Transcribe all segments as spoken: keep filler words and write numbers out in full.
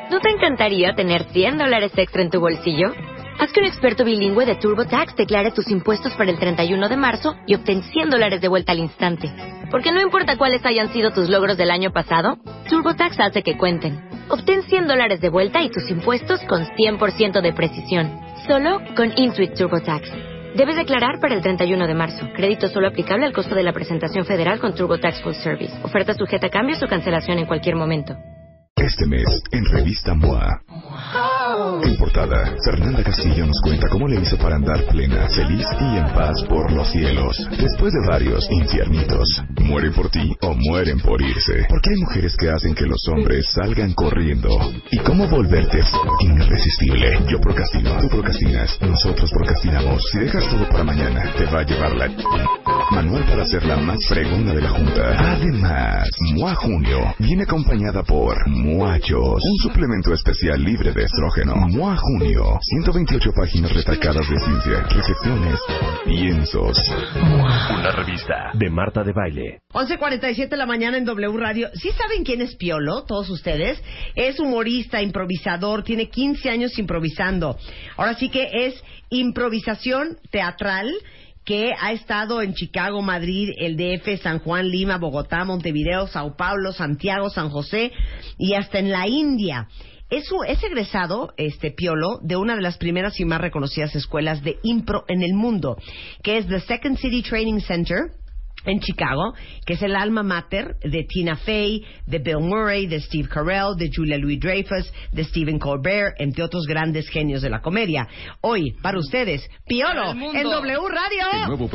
¿No te encantaría tener cien dólares extra en tu bolsillo? Haz que un experto bilingüe de TurboTax declare tus impuestos para el treinta y uno de marzo y obtén cien dólares de vuelta al instante. Porque no importa cuáles hayan sido tus logros del año pasado, TurboTax hace que cuenten. Obtén cien dólares de vuelta y tus impuestos con cien por ciento de precisión. Solo con Intuit TurboTax. Debes declarar para el treinta y uno de marzo. Crédito solo aplicable al costo de la presentación federal con TurboTax Full Service. Oferta sujeta a cambios o cancelación en cualquier momento. Este mes, en Revista M O A. En portada, Fernanda Castillo nos cuenta cómo le hizo para andar plena, feliz y en paz por los cielos. Después de varios infiernitos, mueren por ti o mueren por irse. Porque hay mujeres que hacen que los hombres salgan corriendo. ¿Y cómo volverte irresistible? Yo procrastino, tú procrastinas, nosotros procrastinamos. Si dejas todo para mañana, te va a llevar la... Manual para ser la más fregona de la junta. Además, M O A Junio viene acompañada por Muachos, un suplemento especial libre de estrógeno. M O A Junio, ciento veintiocho páginas retacadas de ciencia, recepciones, piensos. Una revista de Marta de Baile. once cuarenta y siete de la mañana en W Radio. ¿Sí saben quién es Piolo? Todos ustedes. Es humorista, improvisador, tiene quince años improvisando. Ahora sí que es improvisación teatral, que ha estado en Chicago, Madrid, el D F, San Juan, Lima, Bogotá, Montevideo, Sao Paulo, Santiago, San José y hasta en la India. Es, un, es egresado, este Piolo, de una de las primeras y más reconocidas escuelas de impro en el mundo, que es The Second City Training Center en Chicago, que es el alma mater de Tina Fey, de Bill Murray, de Steve Carell, de Julia Louis-Dreyfus, de Stephen Colbert, entre otros grandes genios de la comedia. Hoy, para ustedes, Piolo, en W Radio.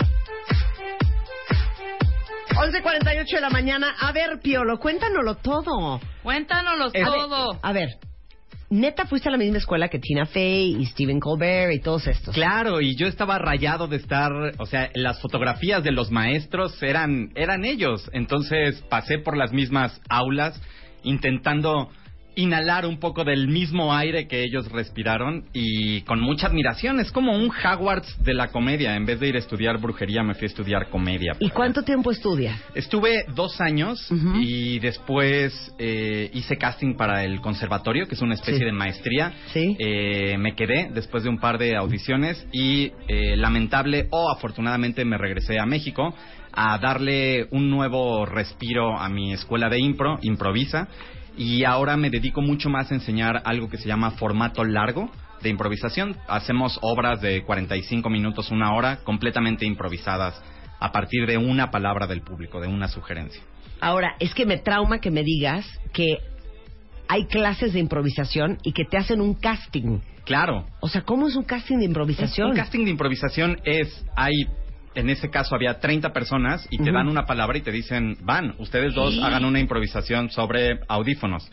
once cuarenta y ocho de la mañana. A ver, Piolo, cuéntanoslo todo. Cuéntanoslo Eh, todo. A ver, ¿neta fuiste a la misma escuela que Tina Fey y Stephen Colbert y todos estos? Claro, y yo estaba rayado de estar, o sea, las fotografías de los maestros eran eran ellos, entonces pasé por las mismas aulas intentando inhalar un poco del mismo aire que ellos respiraron y con mucha admiración. Es como un Hogwarts de la comedia. En vez de ir a estudiar brujería, me fui a estudiar comedia. ¿Y cuánto tiempo estudias? Estuve dos años uh-huh. y después eh, hice casting para el conservatorio, que es una especie sí. de maestría. Sí. Eh, me quedé después de un par de audiciones y eh, lamentable o afortunadamente me regresé a México a darle un nuevo respiro a mi escuela de impro, Improvisa. Y ahora me dedico mucho más a enseñar algo que se llama formato largo de improvisación. Hacemos obras de cuarenta y cinco minutos, una hora, completamente improvisadas a partir de una palabra del público, de una sugerencia. Ahora, es que me trauma que me digas que hay clases de improvisación y que te hacen un casting. Claro. O sea, ¿cómo es un casting de improvisación? Un, un casting de improvisación es... hay en este caso había treinta personas y te uh-huh. dan una palabra y te dicen, van, ustedes dos ¿Sí? hagan una improvisación sobre audífonos.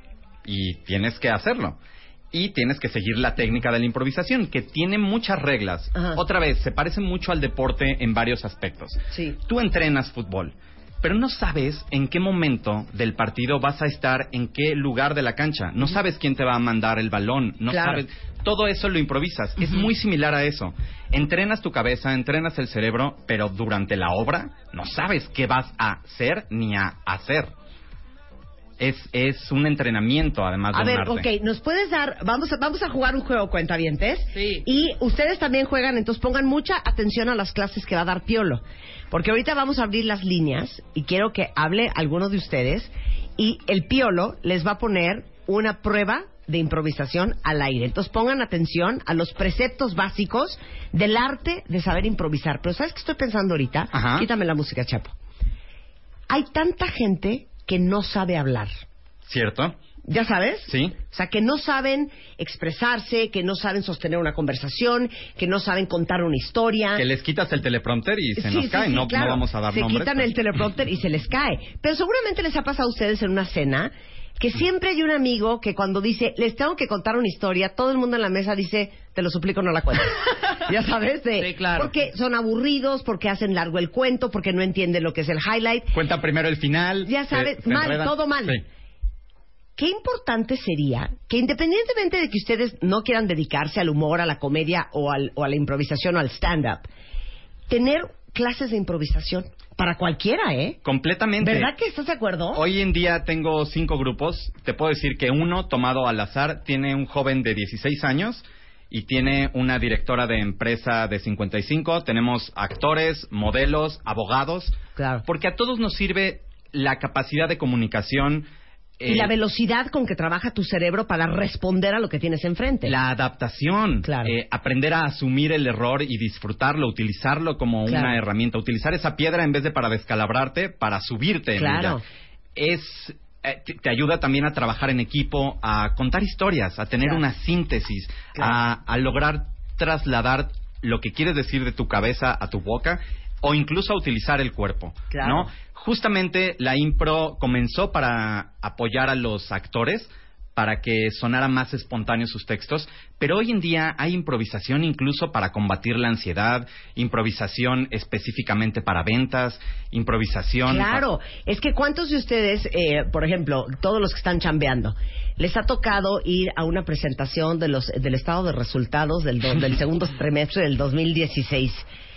Y tienes que hacerlo. Y tienes que seguir la técnica de la improvisación, que tiene muchas reglas. Uh-huh. Otra vez, se parece mucho al deporte en varios aspectos. Sí. Tú entrenas fútbol, pero no sabes en qué momento del partido vas a estar, en qué lugar de la cancha. No uh-huh. sabes quién te va a mandar el balón, no claro. sabes... Todo eso lo improvisas. Uh-huh. Es muy similar a eso. Entrenas tu cabeza, entrenas el cerebro, pero durante la obra no sabes qué vas a hacer ni a hacer. Es, es un entrenamiento, además de a un ver, arte. ok, ¿nos puedes dar... Vamos a, vamos a jugar un juego, cuentavientes? Sí. Y ustedes también juegan, entonces pongan mucha atención a las clases que va a dar Piolo. Porque ahorita vamos a abrir las líneas y quiero que hable alguno de ustedes y el Piolo les va a poner una prueba de improvisación al aire. Entonces pongan atención a los preceptos básicos del arte de saber improvisar. Pero ¿sabes qué estoy pensando ahorita? Ajá. Quítame la música, Chapo. Hay tanta gente que no sabe hablar. ¿Cierto? ¿Ya sabes? Sí. O sea, que no saben expresarse, que no saben sostener una conversación, que no saben contar una historia. Que les quitas el teleprompter y se sí, nos sí, cae. sí, no, claro. no vamos a dar se nombres. Se quitan pero... el teleprompter y se les cae. Pero seguramente les ha pasado a ustedes en una cena que siempre hay un amigo que cuando dice, les tengo que contar una historia, todo el mundo en la mesa dice, te lo suplico, no la cuentes. Ya sabes, de, sí, claro. Porque son aburridos, porque hacen largo el cuento, porque no entienden lo que es el highlight. Cuentan primero el final. Ya sabes, se, se mal, enredan. todo mal. Sí. Qué importante sería que independientemente de que ustedes no quieran dedicarse al humor, a la comedia o, al, o a la improvisación o al stand-up, tener clases de improvisación. para cualquiera, ¿eh? Completamente. ¿Verdad que estás de acuerdo? Hoy en día tengo cinco grupos. Te puedo decir que uno, tomado al azar, tiene un joven de dieciséis años y tiene una directora de empresa de cincuenta y cinco. Tenemos actores, modelos, abogados. Claro. Porque a todos nos sirve la capacidad de comunicación. Y eh, la velocidad con que trabaja tu cerebro para responder a lo que tienes enfrente. La adaptación, claro. eh, aprender a asumir el error y disfrutarlo, utilizarlo como claro. una herramienta, utilizar esa piedra en vez de para descalabrarte, para subirte claro. en ella. Es, eh, te, te ayuda también a trabajar en equipo, a contar historias, a tener claro. una síntesis, claro. a, a lograr trasladar lo que quieres decir de tu cabeza a tu boca o incluso a utilizar el cuerpo, claro. ¿no? Justamente la impro comenzó para apoyar a los actores, para que sonara más espontáneos sus textos, pero hoy en día hay improvisación incluso para combatir la ansiedad, improvisación específicamente para ventas, improvisación... Claro, es que ¿cuántos de ustedes, eh, por ejemplo, todos los que están chambeando, les ha tocado ir a una presentación de los del estado de resultados del, do, del segundo trimestre del dos mil dieciséis?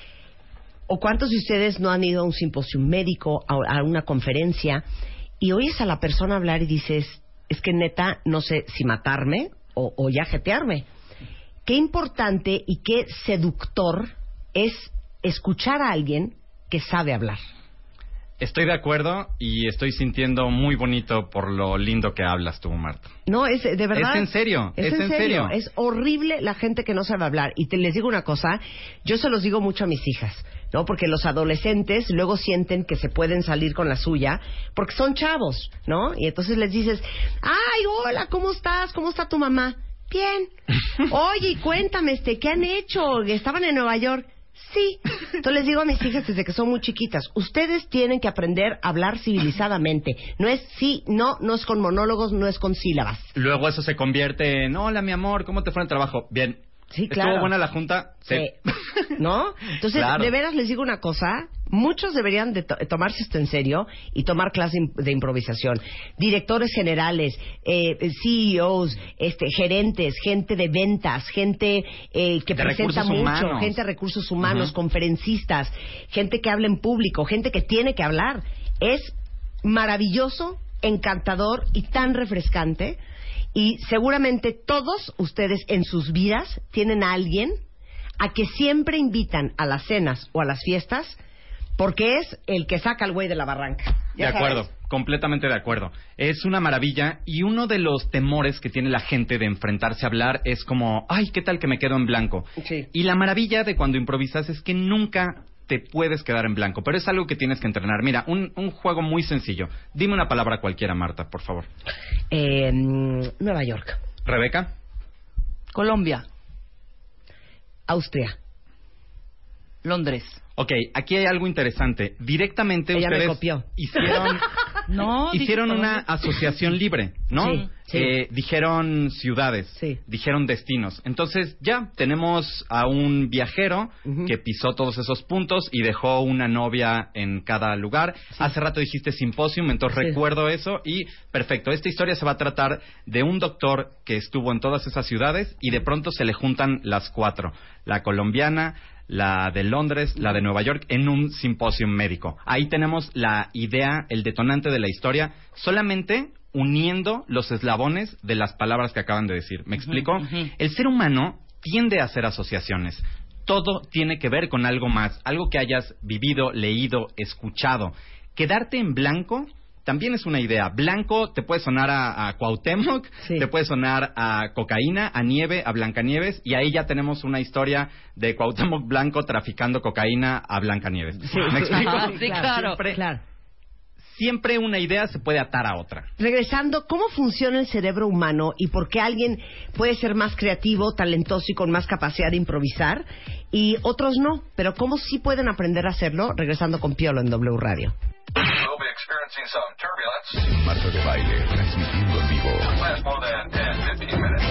¿O cuántos de ustedes no han ido a un simposio médico, a, a una conferencia, y oyes a la persona hablar y dices, es que neta, no sé si matarme o, o ya jetearme? Qué importante y qué seductor es escuchar a alguien que sabe hablar. Estoy de acuerdo y estoy sintiendo muy bonito por lo lindo que hablas tú, Marta. No, es de verdad. Es en serio, es, es en en serio. serio. Es horrible la gente que no sabe hablar. Y te les digo una cosa, yo se los digo mucho a mis hijas, ¿no? Porque los adolescentes luego sienten que se pueden salir con la suya porque son chavos, ¿no? Y entonces les dices, ay, hola, ¿cómo estás? ¿Cómo está tu mamá? Bien. Oye, cuéntame, este, ¿qué han hecho? ¿Estaban en Nueva York? Sí. Entonces les digo a mis hijas desde que son muy chiquitas, ustedes tienen que aprender a hablar civilizadamente. No es sí, no, no es con monólogos, no es con sílabas. Luego eso se convierte en, hola, mi amor, ¿cómo te fue en el trabajo? Bien. Sí, claro. ¿Estuvo buena la junta? Sí. Sí. ¿No? Entonces, claro. de veras les digo una cosa, muchos deberían de to- tomarse esto en serio y tomar clases de improvisación. Directores generales, eh, C E Os, este, gerentes, gente de ventas, gente eh, que de presenta mucho, humanos. gente de recursos humanos, uh-huh. conferencistas, gente que habla en público, gente que tiene que hablar. Es maravilloso, encantador y tan refrescante. Y seguramente todos ustedes en sus vidas tienen a alguien a que siempre invitan a las cenas o a las fiestas porque es el que saca al güey de la barranca. De acuerdo, sabes? Completamente de acuerdo. Es una maravilla y uno de los temores que tiene la gente de enfrentarse a hablar es como, ay, ¿qué tal que me quedo en blanco? Sí. Y la maravilla de cuando improvisas es que nunca te puedes quedar en blanco, pero es algo que tienes que entrenar. Mira, un, un juego muy sencillo. Dime una palabra cualquiera, Marta, por favor. Eh, Nueva York. ¿Rebeca? Colombia. Austria. Londres. Ok, aquí hay algo interesante. Directamente Ella ustedes me copió. hicieron, No, hicieron dice una Colombia. asociación libre, ¿no? Sí, sí. Eh, dijeron ciudades, Sí. dijeron destinos. Entonces ya tenemos a un viajero Ujú. que pisó todos esos puntos y dejó una novia en cada lugar. Hace rato dijiste simposium, entonces Sí. recuerdo eso y perfecto. Esta historia se va a tratar de un doctor que estuvo en todas esas ciudades y de pronto se le juntan las cuatro. La colombiana, la de Londres, la de Nueva York, en un simposium médico. Ahí tenemos la idea, el detonante de la historia, solamente uniendo los eslabones de las palabras que acaban de decir. ¿Me explico? ujú. El ser humano tiende a hacer asociaciones. Todo tiene que ver con algo más, algo que hayas vivido, leído, escuchado. Quedarte en blanco también es una idea. Blanco te puede sonar a, a Cuauhtémoc, Sí. te puede sonar a cocaína, a nieve, a Blancanieves, y ahí ya tenemos una historia de Cuauhtémoc Blanco traficando cocaína a Blancanieves. ¿Me explico? Ah, sí, claro. Siempre, Claro. siempre una idea se puede atar a otra. Regresando, ¿cómo funciona el cerebro humano y por qué alguien puede ser más creativo, talentoso y con más capacidad de improvisar y otros no? Pero ¿cómo sí pueden aprender a hacerlo? Regresando con Piolo en W Radio. We'll be experiencing some turbulence. Marta de Baile, transmitiendo en vivo. Last more than ten, fifteen minutes.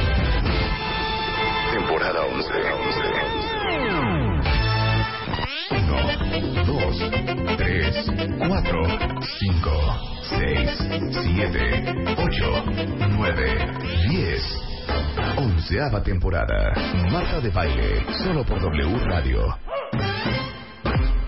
Temporada once. uno, dos, tres, cuatro, cinco, seis, siete, ocho, nueve, diez. Onceava temporada. Marta de Baile, solo por W Radio.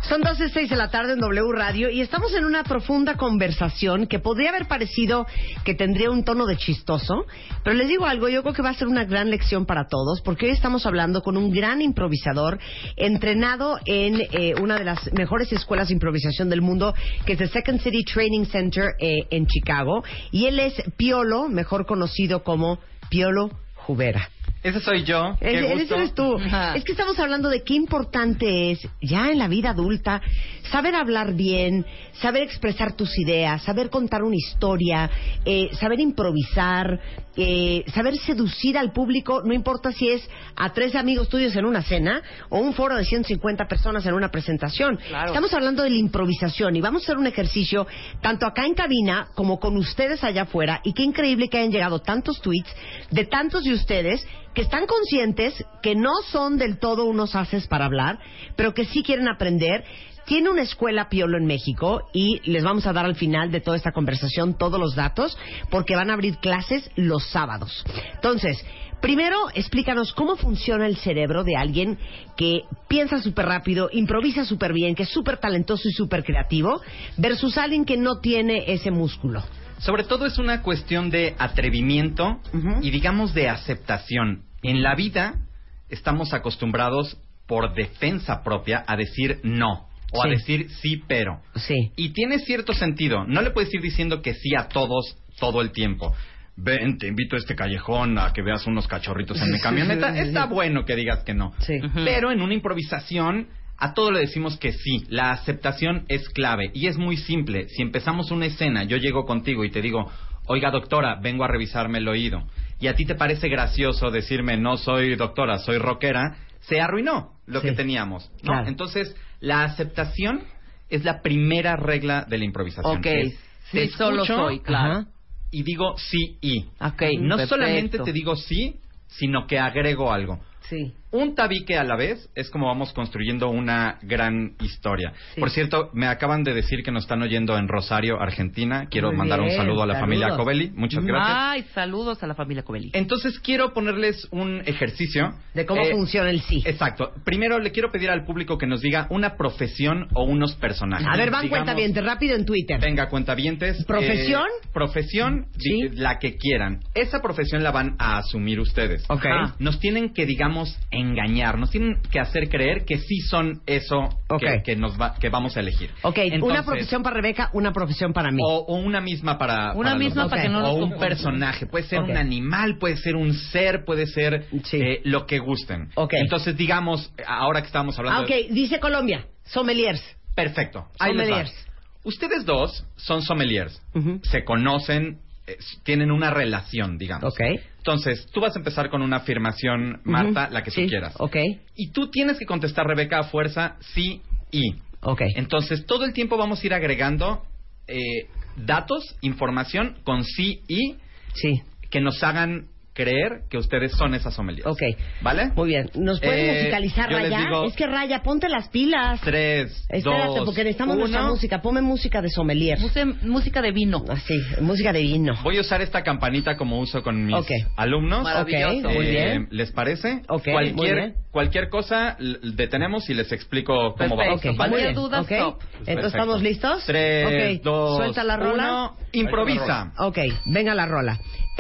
Son doce seis de la tarde en W Radio y estamos en una profunda conversación que podría haber parecido que tendría un tono de chistoso, pero les digo algo, yo creo que va a ser una gran lección para todos, porque hoy estamos hablando con un gran improvisador entrenado en eh, una de las mejores escuelas de improvisación del mundo, que es el Second City Training Center eh, en Chicago, y él es Piolo, mejor conocido como Piolo Jubera. Ese soy yo. Qué Ese, gusto. ese eres tú. Ajá. Es que estamos hablando de qué importante es, ya en la vida adulta, saber hablar bien, saber expresar tus ideas, saber contar una historia, eh, saber improvisar, eh, saber seducir al público, no importa si es a tres amigos tuyos en una cena o un foro de ciento cincuenta personas en una presentación. Claro. Estamos hablando de la improvisación y vamos a hacer un ejercicio tanto acá en cabina como con ustedes allá afuera, y qué increíble que hayan llegado tantos tweets de tantos de ustedes que están conscientes que no son del todo unos haces para hablar, pero que sí quieren aprender. Tiene una escuela Piolo en México y les vamos a dar al final de toda esta conversación todos los datos, porque van a abrir clases los sábados. Entonces, primero explícanos cómo funciona el cerebro de alguien que piensa súper rápido, improvisa súper bien, que es súper talentoso y súper creativo, versus alguien que no tiene ese músculo. Sobre todo es una cuestión de atrevimiento Ujú. y digamos de aceptación. En la vida estamos acostumbrados por defensa propia a decir no o Sí. a decir sí pero. Sí. Y tiene cierto sentido. No le puedes ir diciendo que sí a todos todo el tiempo. Ven, te invito a este callejón a que veas unos cachorritos en mi camioneta. Está bueno que digas que no. Sí. Ujú. Pero en una improvisación a todo le decimos que sí. La aceptación es clave y es muy simple. Si empezamos una escena, yo llego contigo y te digo, oiga doctora, vengo a revisarme el oído, y a ti te parece gracioso decirme, no soy doctora, soy rockera, se arruinó lo Sí. que teníamos, ¿no? Claro. Entonces, la aceptación es la primera regla de la improvisación. Ok, Es, te sí, solo escucho soy, claro. Ajá. y digo sí y. Ok, No perfecto. solamente te digo sí, sino que agrego algo. Sí. Un tabique a la vez es como vamos construyendo una gran historia. Sí. Por cierto, me acaban de decir que nos están oyendo en Rosario, Argentina. Quiero Muy mandar un bien, saludo a la saludos. familia Covelli. Muchas gracias. Ay, saludos a la familia Covelli. Entonces quiero ponerles un ejercicio. De cómo Eh, funciona el sí. Exacto. Primero le quiero pedir al público que nos diga una profesión o unos personajes. A ver, van Digamos, cuentavientes, rápido en Twitter. Venga, cuentavientes. ¿Profesión? eh, profesión, Sí. di- la que quieran. Esa profesión la van a asumir ustedes. Ok. Ajá. Nos tienen que, digamos, engañar. Nos tienen que hacer creer que sí son eso Ok. que, que nos va, que vamos a elegir. Ok, Entonces, una profesión para Rebeca, una profesión para mí. O, o una misma para. Una para los misma dos. para que no O nos un confundamos. personaje. Puede ser Ok. un animal, puede ser un ser, puede ser Sí. eh, lo que gusten. Ok. Entonces, digamos, ahora que estamos hablando. Ah, ok, de- dice Colombia, sommeliers. Perfecto. Ahí les va. Sommeliers. Ustedes dos son sommeliers. Ujú. Se conocen, eh, tienen una relación, digamos. Ok. Entonces, tú vas a empezar con una afirmación, Marta, Ujú. la que Sí, tú quieras. Ok, Y tú tienes que contestar, Rebeca, a fuerza, sí y. ok. Entonces, todo el tiempo vamos a ir agregando eh, datos, información con sí y Sí, que nos hagan creer que ustedes son esas sommeliers. ok. ¿Vale? Muy bien. ¿Nos puedes Eh, musicalizar, yo les Raya? digo- Es que Raya, ponte las pilas. Tres, Espérate, dos, porque necesitamos nuestra uno. música. Ponme música de sommeliers. Muse- música de vino. Así, música de vino. Voy a usar esta campanita como uso con mis Ok. alumnos. Maravilloso. Ok, muy Eh, bien. ¿Les parece? Ok, muy cualquier, bien. cualquier cosa l- detenemos y les explico cómo vamos. Perfecto. Ok, ¿vale? muy Cualquier bien. duda, Ok. stop. Entonces, Perfecto. ¿estamos listos? Tres, Ok. dos, Suelta la rola. uno. Improvisa. Ok, venga la rola.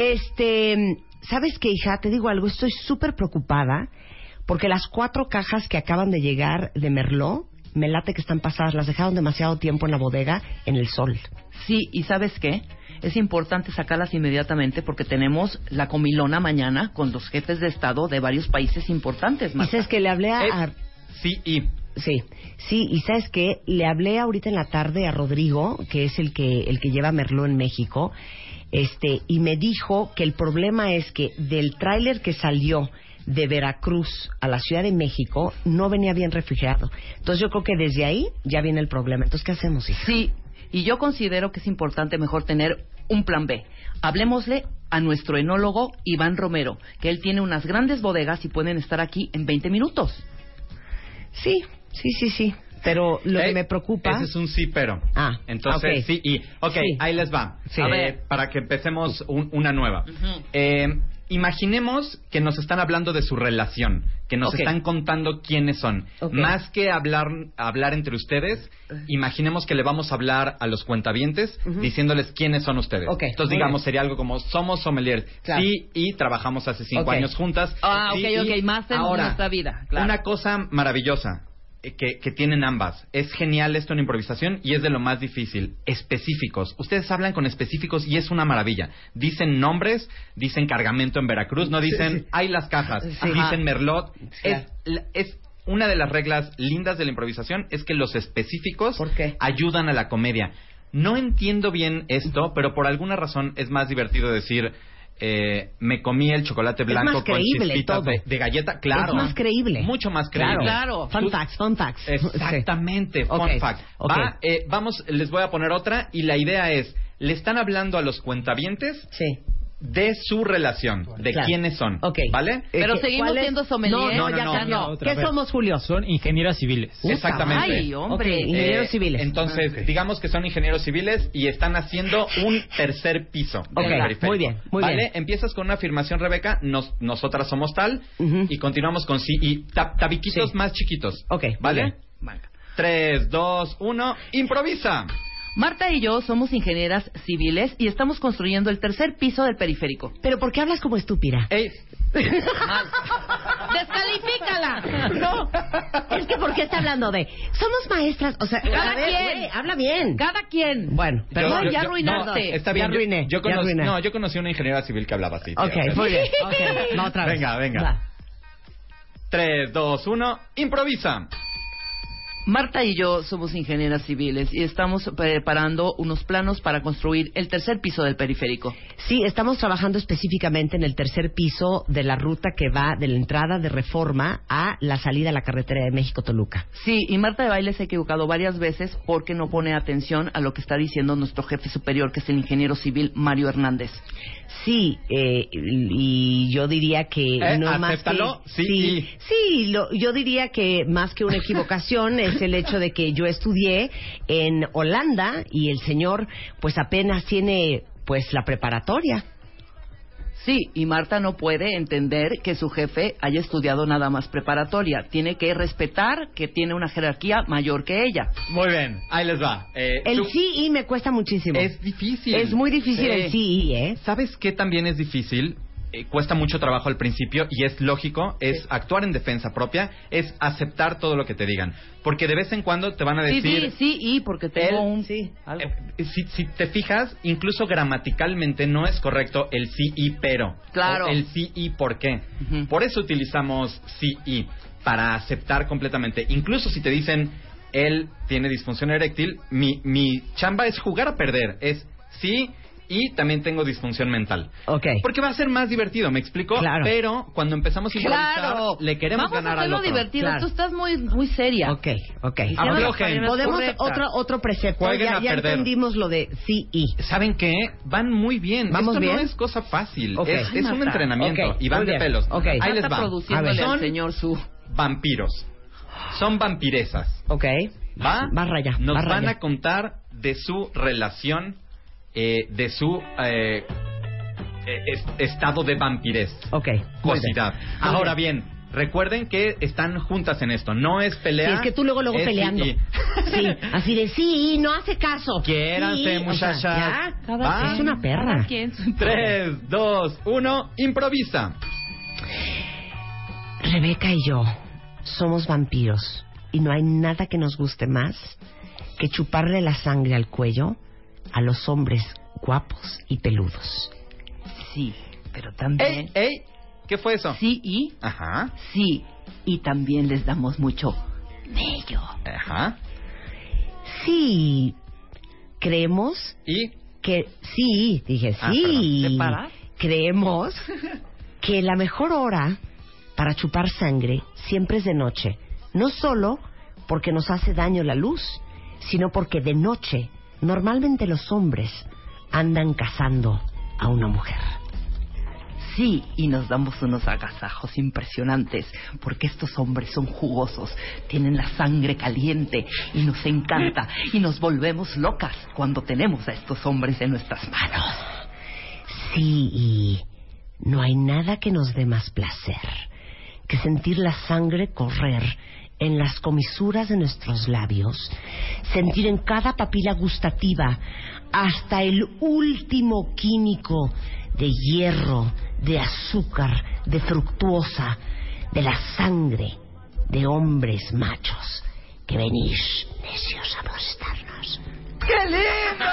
Este, ¿sabes qué, hija? Te digo algo, estoy súper preocupada porque las cuatro cajas que acaban de llegar de Merlot, me late que están pasadas, las dejaron demasiado tiempo en la bodega, en el sol. Sí, y ¿sabes qué? Es importante sacarlas inmediatamente porque tenemos la comilona mañana con los jefes de Estado de varios países importantes, Y Marta. sabes que le hablé a... Es a- sí y. Sí, sí, y sabes qué, le hablé ahorita en la tarde a Rodrigo, que es el que el que lleva Merlot en México, este, y me dijo que el problema es que del tráiler que salió de Veracruz a la Ciudad de México no venía bien refrigerado. Entonces yo creo que desde ahí ya viene el problema. Entonces, ¿qué hacemos, hija? Sí, y yo considero que es importante mejor tener un plan B. Hablemosle a nuestro enólogo Iván Romero, que él tiene unas grandes bodegas y pueden estar aquí en veinte minutos. Sí, sí, sí, sí. Pero lo que Eh, me preocupa... Ese es un sí, pero. Ah, Entonces, ok. sí y. Ok, Sí. ahí les va. Sí. A A ver, ver. para que empecemos un- una nueva. Ujú. Eh, Imaginemos que nos están hablando de su relación, que nos Okay. están contando quiénes son. Okay. Más que hablar hablar entre ustedes, imaginemos que le vamos a hablar a los cuentavientes Ujú. diciéndoles quiénes son ustedes. Okay, Entonces, muy digamos, bien. sería algo como, somos sommeliers. Claro. Sí, y trabajamos hace cinco Okay. años juntas. Ah, Sí, ok, ok, y más en ahora, nuestra vida. Claro. Una cosa maravillosa eh, que, que tienen ambas. Es genial esto en improvisación y es de lo más difícil. Específicos. Ustedes hablan con específicos y es una maravilla. Dicen nombres, dicen cargamento en Veracruz, no dicen, Sí, sí. hay las cajas, Sí. dicen Ajá. merlot. Sí. Es, la- es una de las reglas lindas de la improvisación es que los específicos ¿Por qué? ayudan a la comedia. No entiendo bien esto, pero por alguna razón es más divertido decir... Eh, me comí el chocolate blanco más con creíble chispitas todo. de, de galleta, claro. Es más creíble. Mucho más creíble. Claro. Fun Tú- facts, fun facts. Exactamente, fun Ok, fact. ok. Va, eh, vamos, les voy a poner otra y la idea es, le están hablando a los cuentavientes Sí. de su relación, de Claro. quiénes son, Ok. ¿vale? Pero Eh, seguimos ¿cuál es? siendo sommelier. No, no, No, ya no, cambió. no. Otra ¿Qué vez. somos, Julio? Son ingenieras civiles. Puta Exactamente. Ay, hombre. Ok, ingenieros Eh, civiles. Entonces, Ah, ok. digamos que son ingenieros civiles y están haciendo un tercer piso. del Ok, periférico. muy bien, muy ¿Vale? bien. Empiezas con una afirmación, Rebeca, nos, nosotras somos tal, Ujú. y continuamos con sí, y ta- tabiquitos Sí. más chiquitos. Ok, muy ¿Vale? bien. Venga. Tres, dos, uno, improvisa. Marta y yo somos ingenieras civiles y estamos construyendo el tercer piso del periférico. Pero ¿por qué hablas como estúpida? Ey, ¡Descalifícala! No, es que ¿por qué está hablando de somos maestras? O sea, Cada a ver, quien. güey, habla bien. Cada quien. Bueno, perdón, Yo- ya yo- arruinaste. no, está Ya bien. yo- arruiné, Yo, ya conocí, arruiné. no, yo conocí una ingeniera civil que hablaba así. tío. Ok, muy bien. Ok, no, otra vez. Venga, venga. Va. Tres, dos, uno, improvisa. Marta y yo somos ingenieras civiles y estamos preparando unos planos para construir el tercer piso del periférico. Sí, estamos trabajando específicamente en el tercer piso de la ruta que va de la entrada de Reforma a la salida a la carretera de México-Toluca. Sí, y Marta de Baile se ha equivocado varias veces porque no pone atención a lo que está diciendo nuestro jefe superior, que es el ingeniero civil Mario Hernández. Sí, eh, y yo diría que Eh, no más que acéptalo, sí, sí, sí, lo- yo diría que más que una equivocación es el hecho de que yo estudié en Holanda y el señor pues apenas tiene pues la preparatoria. Sí, y Marta no puede entender que su jefe haya estudiado nada más preparatoria. Tiene que respetar que tiene una jerarquía mayor que ella. Muy bien, ahí les va. Eh, El tú- C E me cuesta muchísimo. Es difícil. Es muy difícil Sí. el C E, ¿eh? ¿Sabes qué también es difícil? Eh, cuesta mucho trabajo al principio y es lógico, es actuar en defensa propia, es aceptar todo lo que te digan. Porque de vez en cuando te van a Sí, decir... sí, sí, y porque tengo Él- un... sí. algo. Eh, si, si te fijas, incluso gramaticalmente no es correcto el sí y pero. Claro. O el sí y por qué. Ujú. Por eso utilizamos sí y, para aceptar completamente. Incluso si te dicen, él tiene disfunción eréctil, mi, mi chamba es jugar a perder. Es sí y también tengo disfunción mental. Ok. Porque va a ser más divertido, ¿me explico? Claro. Pero cuando empezamos a improvisar, Claro, le queremos vamos ganar a al hacerlo otro. divertido. Claro. Tú estás muy muy seria. Ok, ok. Hicieron Aflojen. las palabras Podemos correctas. otro otro precepto. Jueguen Ya, a ya perder. entendimos lo de C E. ¿Saben qué? Van muy bien. ¿Vamos Esto bien? no es cosa fácil. Ok. Es, es un Marta. entrenamiento. Ok, Y van muy de bien. pelos. Ok. Ahí Ya les está va. produciéndole A ver. al Son- señor su... Vampiros. Son vampiresas. Ok. ¿Va? Barra ya, Nos barra van ya. a contar de su relación, eh, de su eh, eh, es- estado de vampirez. Ok. muy bien. Cosidad. Muy Ahora bien. bien, recuerden que están juntas en esto. No es pelea. Sí, es que tú luego, luego es peleando. sí, Sí, así de sí, no hace caso. Quiéranse, Sí, o sea, muchachas. ya, Cada Va. quien, Es una perra. cada quien su- Tres, dos, uno, improvisa. Rebeca y yo somos vampiros y no hay nada que nos guste más que chuparle la sangre al cuello a los hombres guapos y peludos. Sí, pero ¡Ey, también... ey! ¿Qué fue eso? Sí, y... Ajá, Sí, y también les damos mucho bello. ajá. Sí, creemos Y que sí, dije Ah, sí. perdón. ¿Te paras? Creemos que la mejor hora para chupar sangre siempre es de noche, no solo porque nos hace daño la luz, sino porque de noche normalmente los hombres andan cazando a una mujer. Sí, y nos damos unos agasajos impresionantes, porque estos hombres son jugosos, tienen la sangre caliente y nos encanta, y nos volvemos locas cuando tenemos a estos hombres en nuestras manos. Sí, y No hay nada que nos dé más placer que sentir la sangre correr en las comisuras de nuestros labios, sentir en cada papila gustativa hasta el último químico de hierro, de azúcar, de fructuosa, de la sangre de hombres machos que venís necios a aplastarnos. ¡Qué lindo!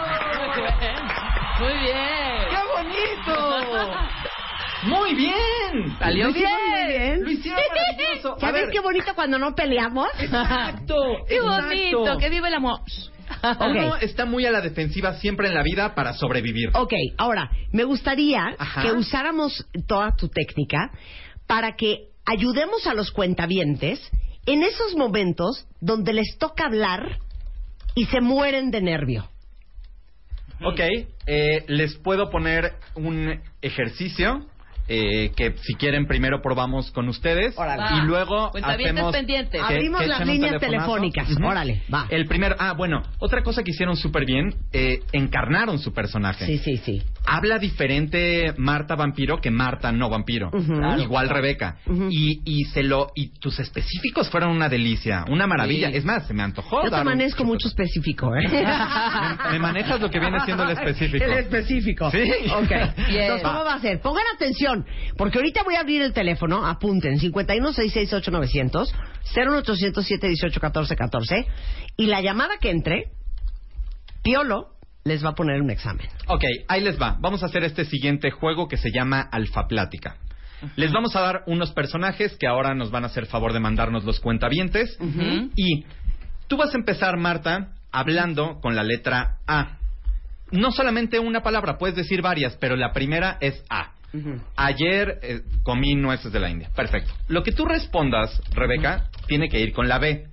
Muy bien. ¡Qué bonito! Muy bien. Salió bien. Muy bien. Lo hicieron maravilloso. ¿Ya ves qué bonito cuando no peleamos? Exacto. Qué exacto. bonito. Que vive el amor. Uno está muy a la defensiva siempre en la vida para sobrevivir. Ok, ahora, me gustaría Ajá. que usáramos toda tu técnica para que ayudemos a los cuentavientes en esos momentos donde les toca hablar y se mueren de nervio. Ok, eh, les puedo poner un ejercicio eh, que si quieren primero probamos con ustedes. Órale. Y luego Cuentavientes hacemos pendientes. que- Abrimos que las echen un líneas telefonazo. telefónicas. Ujú. Órale, va. El primero, ah, bueno, otra cosa que hicieron súper bien, eh, encarnaron su personaje. Sí, sí, sí. Habla diferente Marta vampiro que Marta no vampiro. Ujú. Claro, Igual claro. Rebeca. Ujú. Y y se lo y tus específicos fueron una delicia, una maravilla. Sí. Es más, se me antojó. Yo te dar un- manejo mucho específico, ¿eh? me, me manejas lo que viene siendo el específico. El específico. Sí. Ok. Bien. Entonces, ¿cómo va a ser? Pongan atención, porque ahorita voy a abrir el teléfono, apunten, cincuenta y uno, sesenta y seis, ocho mil novecientos, cero uno ochocientos, siete dieciocho, catorce catorce, y la llamada que entre, Piolo les va a poner un examen. Ok, ahí les va. Vamos a hacer este siguiente juego que se llama Alfa Plática. Les vamos a dar unos personajes que ahora nos van a hacer favor de mandarnos los cuentavientes. Ujú. Y tú vas a empezar, Marta, hablando con la letra A. No solamente una palabra, puedes decir varias, pero la primera es A. Ayer eh, comí nueces de la India. Perfecto. Lo que tú respondas, Rebeca, tiene que ir con la B.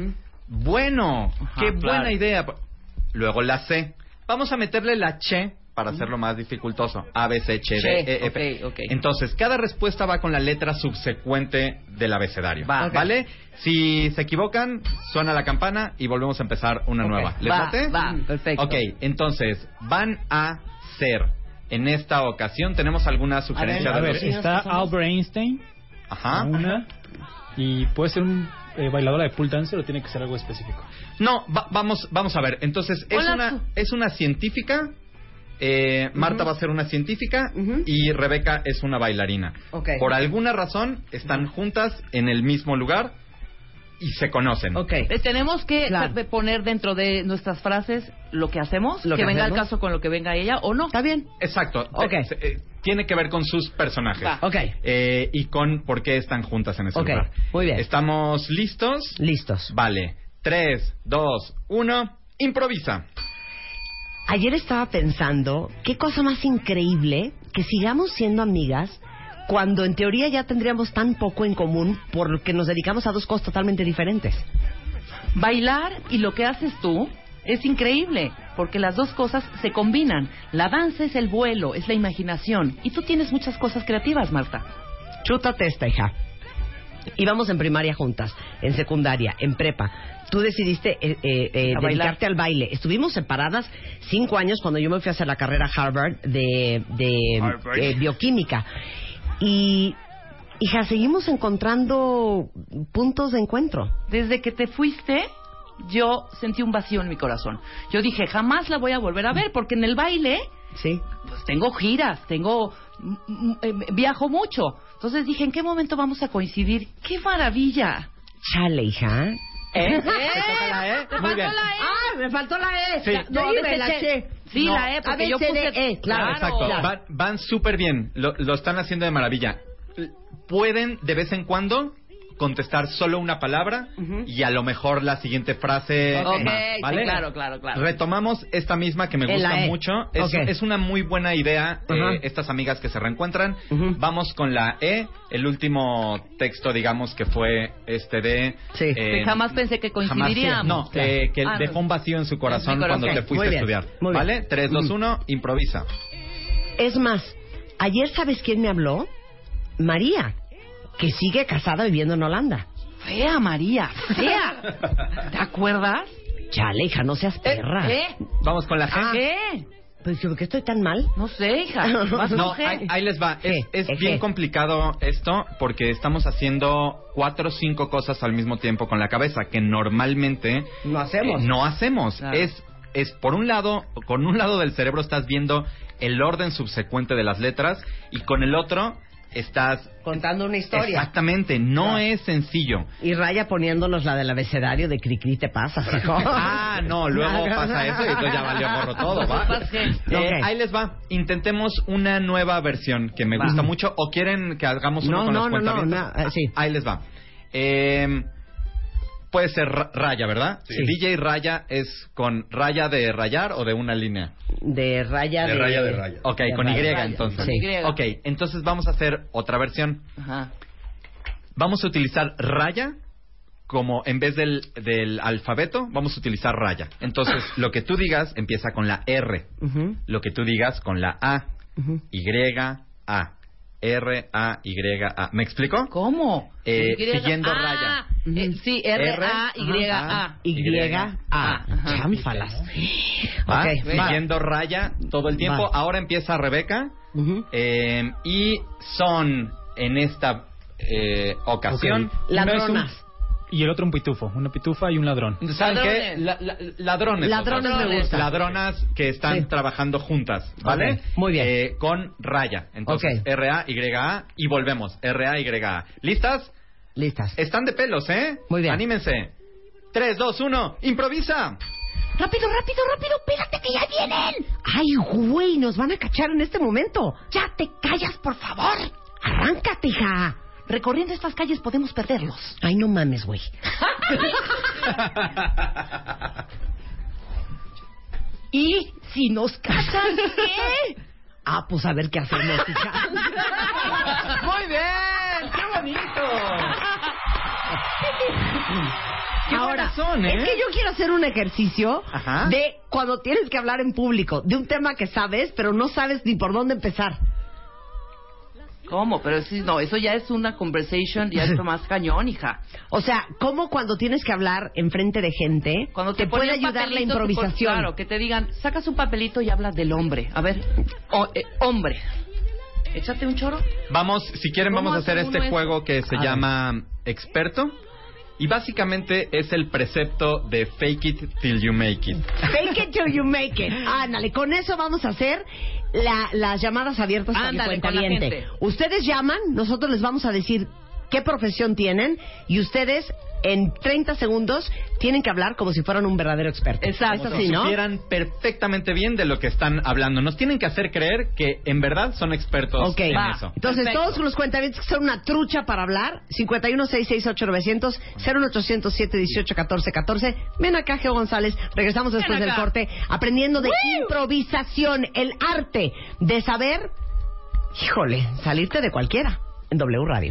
Bueno, Ajá, qué claro. buena idea. Luego la C. Vamos a meterle la Che para hacerlo más dificultoso. A, B, C, Che, D, Che, E, F. ok, ok. Entonces, cada respuesta va con la letra subsecuente del abecedario. Va. ¿Vale? Si se equivocan, suena la campana y volvemos a empezar una Ok. nueva. ¿Les Va, late? va, perfecto. Ok, entonces, van a ser, en esta ocasión, ¿tenemos alguna sugerencia A de ver, los... está Albert Einstein, Ajá. una, y puede ser un eh, bailadora de pool dancer o tiene que ser algo específico. No, va- vamos, vamos a ver. Entonces, es Hola, una, su- es una científica. eh, Marta va a ser una científica Ujú. y Rebeca es una bailarina. Ok. Por alguna razón están juntas en el mismo lugar y se conocen. Ok. Eh, Tenemos que Claro. eh, poner dentro de nuestras frases lo que hacemos, Lo que, que venga hacemos. al caso con lo que venga ella o no. ¿Está bien? Exacto. Ok. Eh, eh, tiene que ver con sus personajes. Va. Ok. Eh, y con por qué están juntas en ese Ok, lugar. muy bien. ¿Estamos listos? Listos. Vale. Tres, dos, uno. Improvisa. Ayer estaba pensando, qué cosa más increíble que sigamos siendo amigas cuando en teoría ya tendríamos tan poco en común porque nos dedicamos a dos cosas totalmente diferentes. Bailar y lo que haces tú es increíble, porque las dos cosas se combinan. La danza es el vuelo, es la imaginación. Y tú tienes muchas cosas creativas, Marta. Chútate esta, hija. Íbamos en primaria juntas, en secundaria, en prepa. Tú decidiste eh, eh, eh, A dedicarte al baile. Estuvimos separadas cinco años cuando yo me fui a hacer la carrera Harvard de, de Harvard. eh, bioquímica. Y, hija, seguimos encontrando puntos de encuentro. Desde que te fuiste, yo sentí un vacío en mi corazón. Yo dije, jamás la voy a volver a ver, porque en el baile, Sí. pues tengo giras, tengo... mm, mm, eh, viajo mucho. Entonces dije, ¿en qué momento vamos a coincidir? ¡Qué maravilla! Chale, hija. ¿Eh? toca la E? ¿Te Muy faltó bien. la E? Ah, me faltó la E. Sí. La- No, yo iba de en la Che. Che. Sí, No, la E, porque A, B, yo C, D, puse... E, claro. Exacto. Claro. Van, van súper bien. Lo, lo están haciendo de maravilla. Pueden de vez en cuando contestar solo una palabra Ujú. y a lo mejor la siguiente frase Ok, más, sí, ¿vale? claro, claro, claro. Retomamos esta misma que me En gusta la E. mucho. Es, Ok. es una muy buena idea, eh, Ajá. estas amigas que se reencuentran. Ujú. Vamos con la E. El último texto, digamos, que fue este de... Sí. Que jamás pensé que jamás- coincidiríamos. no, Claro. eh, que Ah, dejó no. un vacío en su corazón, En mi corazón. cuando te Ok, fuiste muy a bien, estudiar. muy bien. ¿Vale? tres, dos, uno, improvisa. Es más, ayer, ¿sabes quién me habló? María, que sigue casada viviendo en Holanda. Fea, María, fea. ¿Te acuerdas? Chale, hija, no seas perra. ¿Eh? Vamos con la G. ¿Qué? Pues yo, ¿por qué estoy tan mal? No sé, hija. Vas No, mujer. ahí, ahí les va. Es, es ¿Qué? bien ¿Qué? complicado esto porque estamos haciendo cuatro o cinco cosas al mismo tiempo con la cabeza que normalmente No hacemos. eh, no hacemos. Claro. Es es por un lado, con un lado del cerebro estás viendo el orden subsecuente de las letras y con el otro estás Contando una historia. exactamente. No No. es sencillo. Y Raya poniéndonos la del abecedario de Cricri te pasa, hijo. Ah, no, luego pasa eso y entonces ya valió gorro todo, ¿va? Pasé. Eh, Ok. Ahí les va. Intentemos una nueva versión que me Va. gusta mucho. ¿O quieren que hagamos uno No, con no, los no, no, cuentavientes? no, eh, sí. Ahí les va. Eh, puede ser ra- Raya, ¿verdad? Sí. D J Raya es con raya de rayar o de una línea. De Raya de... De Raya de Raya. Ok, de con Raya. Y entonces. Sí. Y. Ok, entonces vamos a hacer otra versión. Ajá. Vamos a utilizar raya como en vez del, del alfabeto, vamos a utilizar raya. Entonces, lo que tú digas empieza con la R. Ujú, Lo que tú digas con la A. ujú. Y, A. R, A, Y, A. ¿Me explico? ¿Cómo? Eh, Y- siguiendo ah, raya. eh, sí, R, A, Y, Ajá. A. Y, A. Ajá. Chanfalas. ¿Va? Ok, va. Siguiendo raya todo el tiempo. Va. Ahora empieza Rebeca. Ujú. eh, y son en esta eh, ocasión. Ok. Uno es Ladronas. un- Y el otro un pitufo. Una pitufa y un ladrón. ¿Saben qué? Ladrones. La- la- ladrones. Ladrones nosotros. me gusta. Ladronas que están Sí. trabajando juntas, ¿vale? Ok, muy bien. Eh, con raya. Entonces, Ok. R, A, Y, A. Y volvemos. R, A, Y, A. ¿Listas? Listas. Están de pelos, ¿eh? Muy bien. Anímense. tres, dos, uno. ¡Improvisa! ¡Rápido, rápido, rápido! ¡Espérate que ya vienen! ¡Ay, güey! Nos van a cachar en este momento. ¡Ya te callas, por favor! ¡Arráncate, hija! Recorriendo estas calles podemos perderlos. Ay, no mames, güey. ¿Y si nos cachan qué? Ah, pues a ver qué hacemos, hija. ¡Muy bien! ¡Qué bonito! Qué Ahora, buenas son, ¿eh? es que yo quiero hacer un ejercicio Ajá. de cuando tienes que hablar en público, de un tema que sabes, pero no sabes ni por dónde empezar. ¿Cómo? Pero sí, no, eso ya es una conversation, ya es más cañón, hija. O sea, ¿cómo cuando tienes que hablar enfrente de gente Cuando te, te puede ponen ayudar la papelito, tú improvisación? pon- Claro, que te digan, sacas un papelito y hablas del hombre. A ver, o- eh, hombre. Échate un choro. Vamos, si quieren, ¿Cómo vamos a hacer hace este uno juego que se A ver. llama Experto. Y básicamente es el precepto de fake it till you make it. Fake it till you make it. Ándale, con eso vamos a hacer la- las llamadas abiertas para Ándale, el con la cuentaviente. gente. Ustedes llaman, nosotros les vamos a decir qué profesión tienen y ustedes en treinta segundos tienen que hablar como si fueran un verdadero experto. Exacto. Es Si así, ¿no? supieran perfectamente bien de lo que están hablando. Nos tienen que hacer creer que en verdad son expertos Ok, en va. eso. Entonces, Perfecto. todos los cuentavientes que son una trucha para hablar, cincuenta y uno, seiscientos sesenta y ocho, novecientos, cero uno ochocientos, siete dieciocho, catorce catorce. Ven acá, Geo González. Regresamos después Ven del acá. corte, aprendiendo de improvisación, el arte de saber, híjole, salirte de cualquiera en W Radio.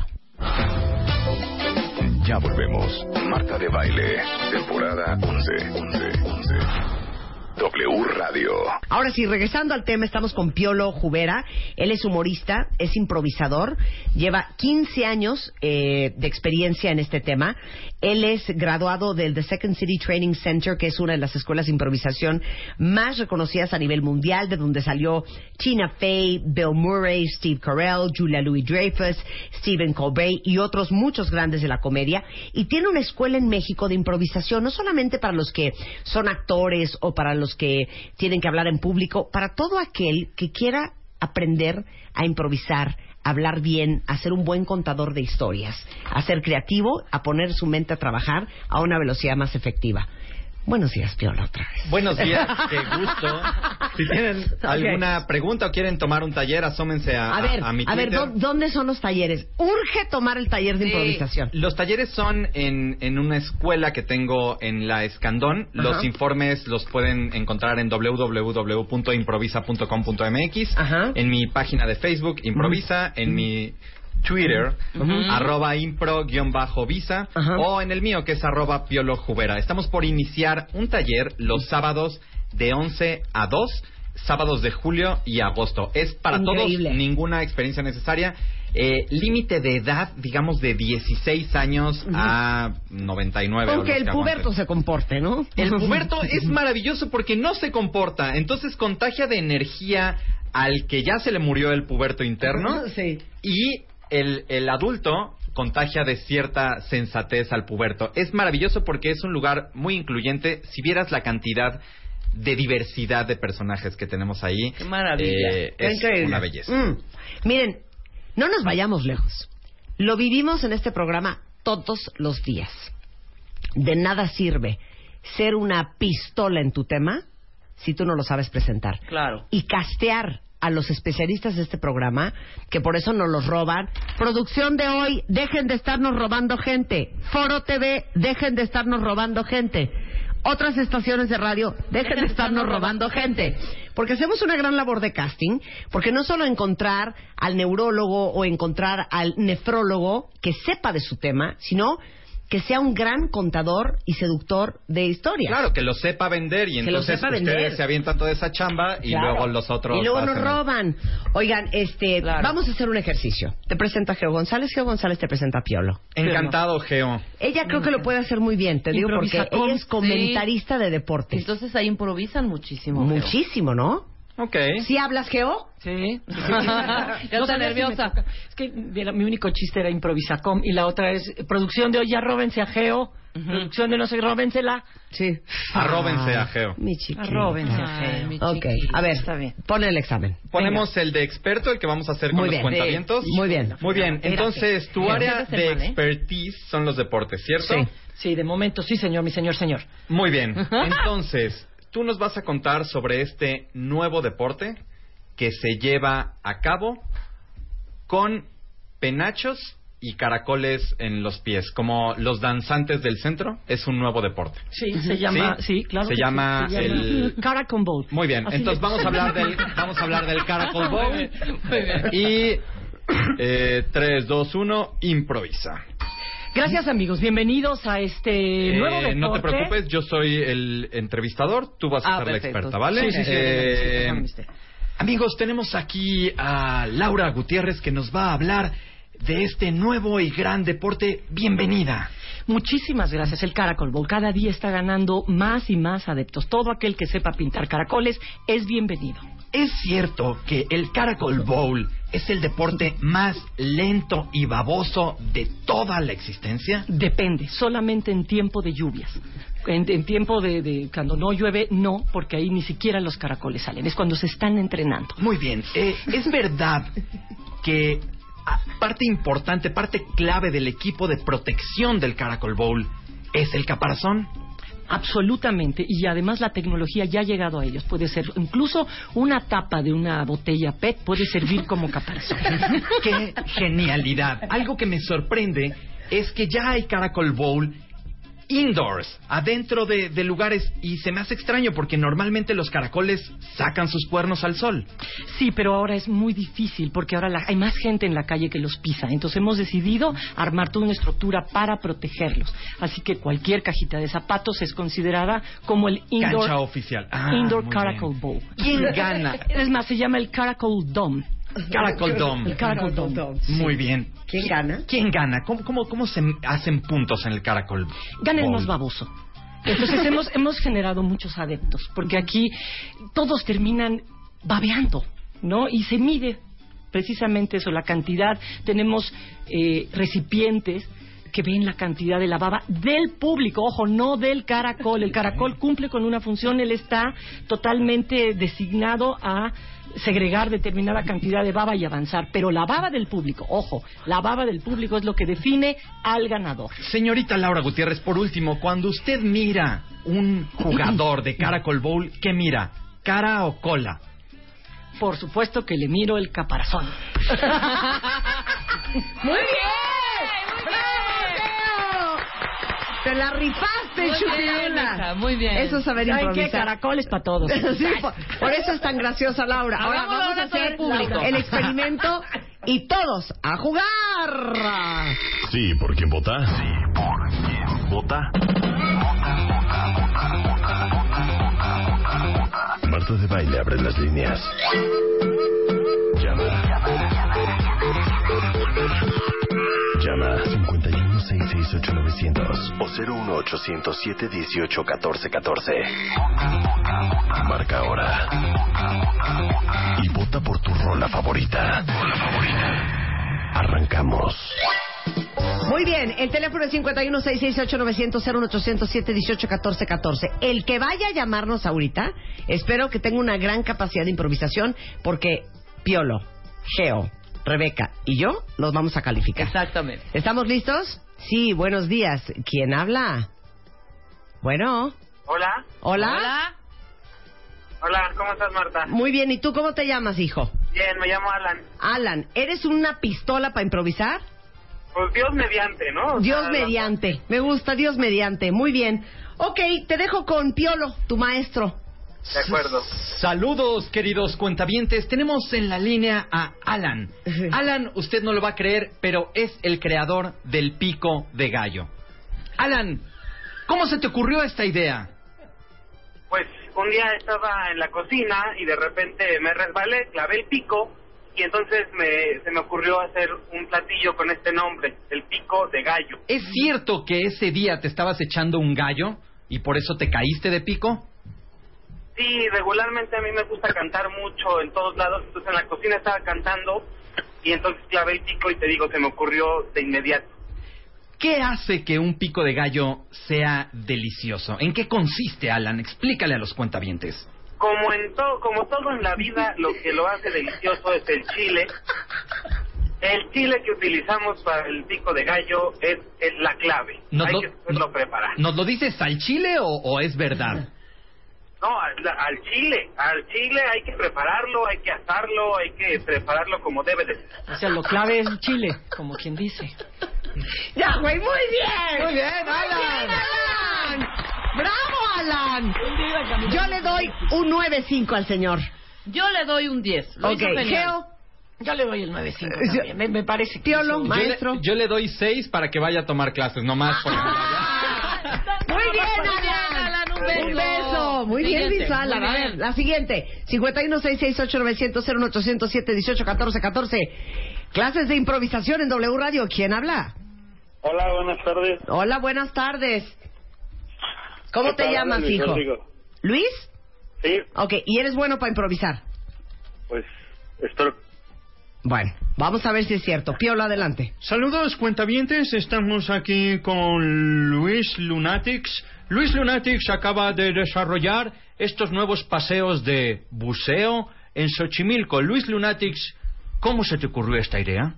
Ya volvemos. Marta de Baile, temporada once. once, once. W Radio. Ahora sí, regresando al tema, estamos con Piolo Jubera. Él es humorista, es improvisador, lleva quince años eh, de experiencia en este tema. Él es graduado del The Second City Training Center, que es una de las escuelas de improvisación más reconocidas a nivel mundial, de donde salió Tina Fey, Bill Murray, Steve Carell, Julia Louis-Dreyfus, Stephen Colbert y otros muchos grandes de la comedia. Y tiene una escuela en México de improvisación, no solamente para los que son actores o para los que tienen que hablar en público, para todo aquel que quiera aprender a improvisar, a hablar bien, a ser un buen contador de historias, a ser creativo, a poner su mente a trabajar a una velocidad más efectiva. Buenos días, Piolo, otra vez. Buenos días, qué gusto. Si tienen alguna pregunta o quieren tomar un taller, asómense a, A ver, a, a mi a ver, Twitter. ¿dó- ¿dónde son los talleres? Urge tomar el taller de Sí. improvisación. Los talleres son en, en una escuela que tengo en la Escandón. Los Ajá. informes los pueden encontrar en w w w punto improvisa punto com punto m x, Ajá. en mi página de Facebook, Improvisa, en mi Twitter, arroba impro-visa, Ajá. o en el mío, que es arroba Piolo Jubera. Estamos por iniciar un taller los sábados de once a dos, sábados de julio y agosto. Es para Increíble. todos, ninguna experiencia necesaria. Eh, límite de edad, digamos, de dieciséis años uh-huh. a noventa y nueve. Aunque el puberto se comporte, ¿no? El puberto es maravilloso porque no se comporta. Entonces contagia de energía al que ya se le murió el puberto interno. Sí. Y el, el adulto contagia de cierta sensatez al puberto. Es maravilloso porque es un lugar muy incluyente. Si vieras la cantidad de diversidad de personajes que tenemos ahí. ¡Qué maravilla! Eh, Qué es increíble. una belleza. Mm. Miren, no nos vayamos lejos. Lo vivimos en este programa todos los días. De nada sirve ser una pistola en tu tema si tú no lo sabes presentar. Claro. Y castear a los especialistas de este programa, que por eso nos los roban. Producción de hoy, dejen de estarnos robando gente. Foro T V, dejen de estarnos robando gente. Otras estaciones de radio, dejen de estarnos robando gente. Porque hacemos una gran labor de casting, porque no solo encontrar al neurólogo o encontrar al nefrólogo que sepa de su tema, sino que sea un gran contador y seductor de historias. Claro, que lo sepa vender y que entonces ustedes vender. se avientan toda esa chamba y Claro. luego los otros Y luego nos hacen- roban. Oigan, este, Claro. vamos a hacer un ejercicio. Te presenta Geo González, Geo González te presenta Piolo. Encantado, Geo. Ella creo que lo puede hacer muy bien, te digo, porque Improvisa con- ella es comentarista de deportes. Entonces ahí improvisan muchísimo. Muchísimo, ¿no? Ok. ¿Sí hablas, Geo? Sí. Ya está No sabía si nerviosa. me toca. Es que mira, mi único chiste era improvisacom y la otra es producción de hoy ya róbense a Geo, Ujú. producción de no sé, róbensela. Sí. Arróbense a Geo. Mi chiquito. Arróbense a Ay, Geo. mi Ok, chiquito. a ver, Está bien. pon el examen. Ponemos el de experto, el que vamos a hacer con Muy los bien. cuentavientos. Sí. Muy bien. Muy bien. Entonces, tu Bien. área Empieza de semana, ¿eh? expertise son los deportes, ¿cierto? Sí. Sí, de momento sí, señor, mi señor, señor. Muy bien. Entonces, tú nos vas a contar sobre este nuevo deporte que se lleva a cabo con penachos y caracoles en los pies, como los danzantes del centro. Es un nuevo deporte. Sí, se llama, ¿Sí? sí, claro. Se que sí, llama el- Caracol Bowl. Muy bien. Así Entonces le- vamos a hablar del vamos a hablar del Caracol Bowl. Y eh, tres, dos, uno, improvisa. Gracias, amigos. Bienvenidos a este Eh, nuevo deporte. no te preocupes, yo soy el entrevistador, tú vas a Ah, ser la perfecto. experta, ¿vale? Sí, sí, sí. Eh, Déjame usted. Amigos, tenemos aquí a Laura Gutiérrez que nos va a hablar de este nuevo y gran deporte. Bienvenida. Muchísimas gracias. El Caracol Bowl cada día está ganando más y más adeptos. Todo aquel que sepa pintar caracoles es bienvenido. ¿Es cierto que el Caracol Bowl es el deporte más lento y baboso de toda la existencia? Depende, solamente en tiempo de lluvias. En, en tiempo de, de cuando no llueve, no, porque ahí ni siquiera los caracoles salen. Es cuando se están entrenando. Muy bien. Eh, ¿Es verdad que ah, parte importante, parte clave del equipo de protección del Caracol Bowl es el caparazón? Absolutamente, y además la tecnología ya ha llegado a ellos. Puede ser incluso una tapa de una botella P E T puede servir como caparazón. ¡Qué genialidad! Algo que me sorprende es que ya hay Caracol Bowl indoors, adentro de, de lugares, y se me hace extraño porque normalmente los caracoles sacan sus cuernos al sol. Sí, pero ahora es muy difícil porque ahora la- hay más gente en la calle que los pisa. Entonces hemos decidido armar toda una estructura para protegerlos. Así que cualquier cajita de zapatos es considerada como el indoor, Cancha oficial. Ah, indoor muy Caracol bien. Bowl. ¿Quién gana? Es más, se llama el Caracol Dome. Caracol Dome. El Caracol Dome. Muy bien. ¿Quién gana? ¿Quién gana? ¿Cómo, cómo, cómo se hacen puntos en el Caracol Gana el Bowl? más baboso. Entonces hemos, hemos generado muchos adeptos, porque aquí todos terminan babeando, ¿no? Y se mide precisamente eso, la cantidad. Tenemos eh, recipientes que ven la cantidad de la baba del público, ojo, no del caracol. El caracol cumple con una función, él está totalmente designado a segregar determinada cantidad de baba y avanzar, pero la baba del público, ojo, la baba del público es lo que define al ganador. Señorita Laura Gutiérrez, por último, cuando usted mira un jugador de Caracol Bowl, ¿qué mira? ¿Cara o cola? Por supuesto que le miro el caparazón. ¡Muy bien! ¡Bravo, Geo! ¡Te la rifaste, Muy bien, Chupirula! hija, muy bien. Eso es saber ¿Saben qué? improvisar. Caracoles para todos. Sí, por, por eso es tan graciosa Laura. Ahora Hagámoslo vamos a ahora todo hacer el público. el experimento y todos a jugar. Sí, ¿por quién vota? Sí, ¿por quién vota? Marta de Baile abre las líneas. Llama. seis ocho nueve cero cero o cero uno ochocientos siete dieciocho catorce catorce. Marca ahora y vota por tu rola favorita. Rola favorita. Arrancamos. Muy bien, el teléfono es cincuenta y uno, sesenta y seis, ocho novecientos, cero uno ochocientos, siete dieciocho, catorce catorce. El que vaya a llamarnos ahorita, espero que tenga una gran capacidad de improvisación, porque Piolo, Geo, Rebeca y yo los vamos a calificar. Exactamente. ¿Estamos listos? Sí, buenos días. ¿Quién habla? Bueno. Hola. Hola. Hola. Hola, ¿cómo estás, Marta? Muy bien, ¿y tú cómo te llamas, hijo? Bien, me llamo Alan. Alan, ¿eres una pistola para improvisar? Pues Dios mediante, ¿no? O Dios sea, mediante. Me gusta, Dios mediante. Muy bien. Ok, te dejo con Piolo, tu maestro. De acuerdo. Saludos, queridos cuentavientes. Tenemos en la línea a Alan. Alan, usted no lo va a creer, pero es el creador del pico de gallo. Alan, ¿cómo se te ocurrió esta idea? Pues un día estaba en la cocina y de repente me resbalé, clavé el pico y entonces me, se me ocurrió hacer un platillo con este nombre, el pico de gallo. ¿Es cierto que ese día te estabas echando un gallo y por eso te caíste de pico? Sí, regularmente a mí me gusta cantar mucho en todos lados, entonces en la cocina estaba cantando y entonces clavé el pico y te digo, se me ocurrió de inmediato. ¿Qué hace que un pico de gallo sea delicioso? ¿En qué consiste, Alan? Explícale a los cuentavientes. Como en todo, como todo en la vida, lo que lo hace delicioso es el chile. El chile que utilizamos para el pico de gallo es, es la clave. Nos Hay lo, que saberlo preparar. ¿Nos lo dices al chile o, o es verdad? No, al, al chile. Al chile hay que prepararlo, hay que asarlo, hay que prepararlo como debe de ser. O sea, lo clave es el chile, como quien dice. Ya, güey, muy bien. Muy bien, Muy Alan. bien, Alan. ¡Bravo, Alan! Yo le doy un nueve cinco al señor. Yo le doy un diez. Lo Ok, hizo genial. Geo. Yo le doy el nueve cinco también. Me, me parece que Piolo, hizo- maestro. Yo le, yo le doy seis para que vaya a tomar clases, nomás por... Muy bien, Alan. Alan, un beso. Un beso. Muy bien, Siguiente, Luis Alan. muy A bien. ver, la siguiente. cincuenta y uno, sesenta y seis, ocho novecientos, cero uno ochocientos, siete dieciocho, catorce catorce. Clases de improvisación en W Radio. ¿Quién habla? Hola, buenas tardes. Hola, buenas tardes. ¿Cómo ¿Qué te tal, llamas, Luis hijo? Rodrigo? ¿Luis? Sí, Ok, ¿y eres bueno para improvisar? pues espero. Bueno, vamos a ver si es cierto. Piolo, adelante. Saludos, cuentavientes. Estamos aquí con Luis Lunatics. Luis Lunatics acaba de desarrollar estos nuevos paseos de buceo en Xochimilco. Luis Lunatics, ¿cómo se te ocurrió esta idea?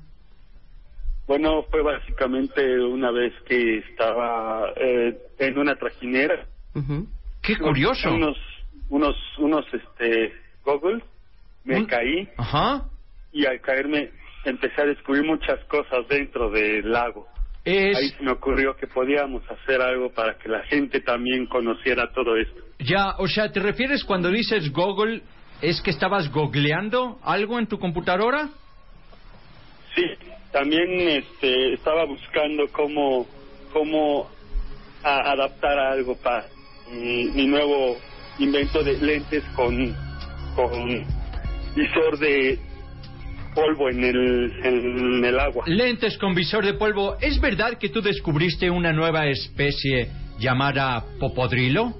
Bueno, fue básicamente una vez que estaba eh, en una trajinera. Uh-huh. ¡Qué curioso! Unos, unos, unos, este, goggles. Me Un... caí. Ajá. Y al caerme empecé a descubrir muchas cosas dentro del lago. Es... Ahí se me ocurrió que podíamos hacer algo para que la gente también conociera todo esto. Ya, o sea, ¿te refieres cuando dices Google, es que estabas googleando algo en tu computadora? Sí, también este, estaba buscando cómo, cómo a, adaptar algo para mi, mi nuevo invento de lentes con, con visor de polvo en el, en el agua. Lentes con visor de polvo. ¿Es verdad que tú descubriste una nueva especie llamada popodrilo?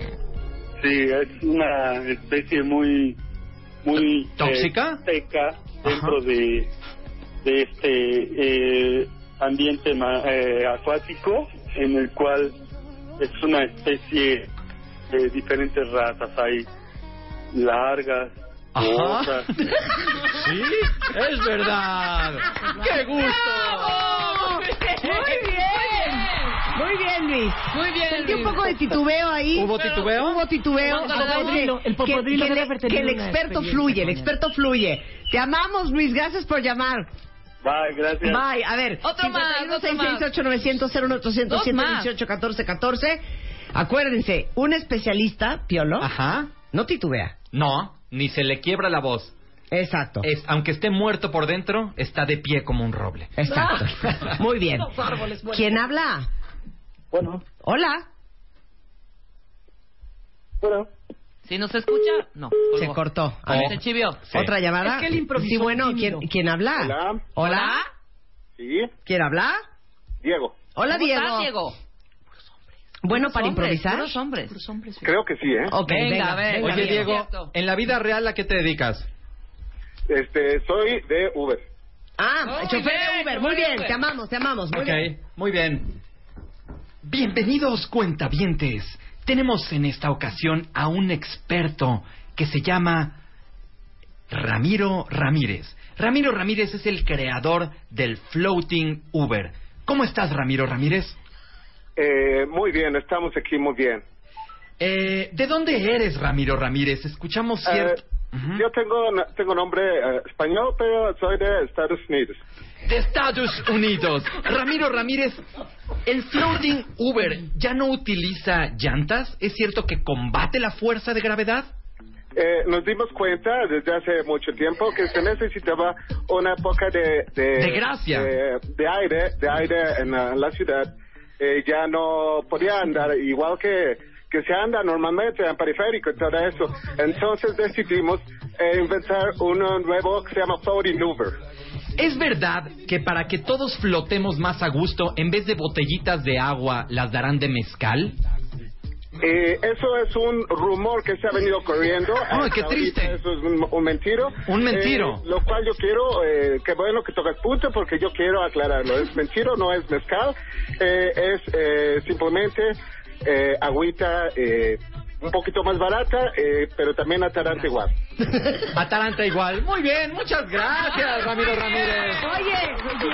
Sí, es una especie muy, muy ¿tóxica? Eh, seca dentro de, de este eh, ambiente ma, eh, acuático, en el cual es una especie de diferentes razas. Hay largas, otras. Sí, es verdad. ¡Qué gusto! Muy bien. Muy bien, Luis. Muy bien, Sentí un Luis. poco de titubeo ahí. ¿Hubo titubeo? Hubo titubeo. El popodrilo, el popodrilo que, que, debe haber que tenido el una experto experiencia fluye, el con él. experto fluye. Te amamos, Luis. Gracias por llamar. Bye, gracias. Bye. A ver. Otro más, otro más. seis seis ocho nueve cero cero uno ochocientos Dos siete más. dieciocho catorce catorce. Acuérdense, un especialista, Piolo, Ajá. no titubea. No, ni se le quiebra la voz. Exacto. Es, aunque esté muerto por dentro, está de pie como un roble. Exacto. Muy bien. Los árboles mueren. ¿Quién habla? Bueno, Hola. bueno. ¿Sí nos escucha? No. Se colgó. cortó. A Oh. ver. Se chivió. Sí. ¿Otra llamada? Es que él improvisó Sí, bueno, tímido. ¿quién, ¿quién habla? Hola. Hola. Sí, ¿Quién habla? Diego. Hola, ¿Cómo Diego. estás, Diego? Bueno, Puros para hombres, improvisar. puros hombres. Puros hombres. Creo que sí, ¿eh? Ok, Venga, venga, venga, venga, Oye, Diego. Diego, en la vida real, ¿a qué te dedicas? Este, soy de Uber. Ah, Muy chofer bien, de Uber. chofer Muy de bien, Uber. te amamos, te amamos. Muy Ok, bien. muy bien. Bienvenidos, cuentavientes. Tenemos en esta ocasión a un experto que se llama Ramiro Ramírez. Ramiro Ramírez es el creador del Floating Uber. ¿Cómo estás, Ramiro Ramírez? Eh, muy bien, estamos aquí muy bien. Eh, ¿De dónde eres, Ramiro Ramírez? Escuchamos cierto... Eh, Yo tengo tengo nombre eh, español, pero soy de Estados Unidos. De Estados Unidos. Ramiro Ramírez, ¿el Floating Uber ya no utiliza llantas? ¿Es cierto que combate la fuerza de gravedad? Eh, nos dimos cuenta desde hace mucho tiempo que se necesitaba una poca de... De, De gracia. De, de aire, de aire en la, en la ciudad. Eh, ya no podía andar igual que... que se anda normalmente en periférico y todo eso. Entonces decidimos eh, inventar uno nuevo que se llama Floating Uber. ¿Es verdad que para que todos flotemos más a gusto, en vez de botellitas de agua, las darán de mezcal? Eh, eso es un rumor que se ha venido corriendo. ¡Ay, qué triste! Eso es un, un mentiro. Un mentiro. Eh, lo cual yo quiero, eh, que bueno que tocas punto porque yo quiero aclararlo. Es mentiro, no es mezcal. Eh, es eh, simplemente eh, agüita eh, un poquito más barata, eh, pero también ataranta igual. Ataranta igual. Muy bien, muchas gracias, Ramiro Ramírez. Oye,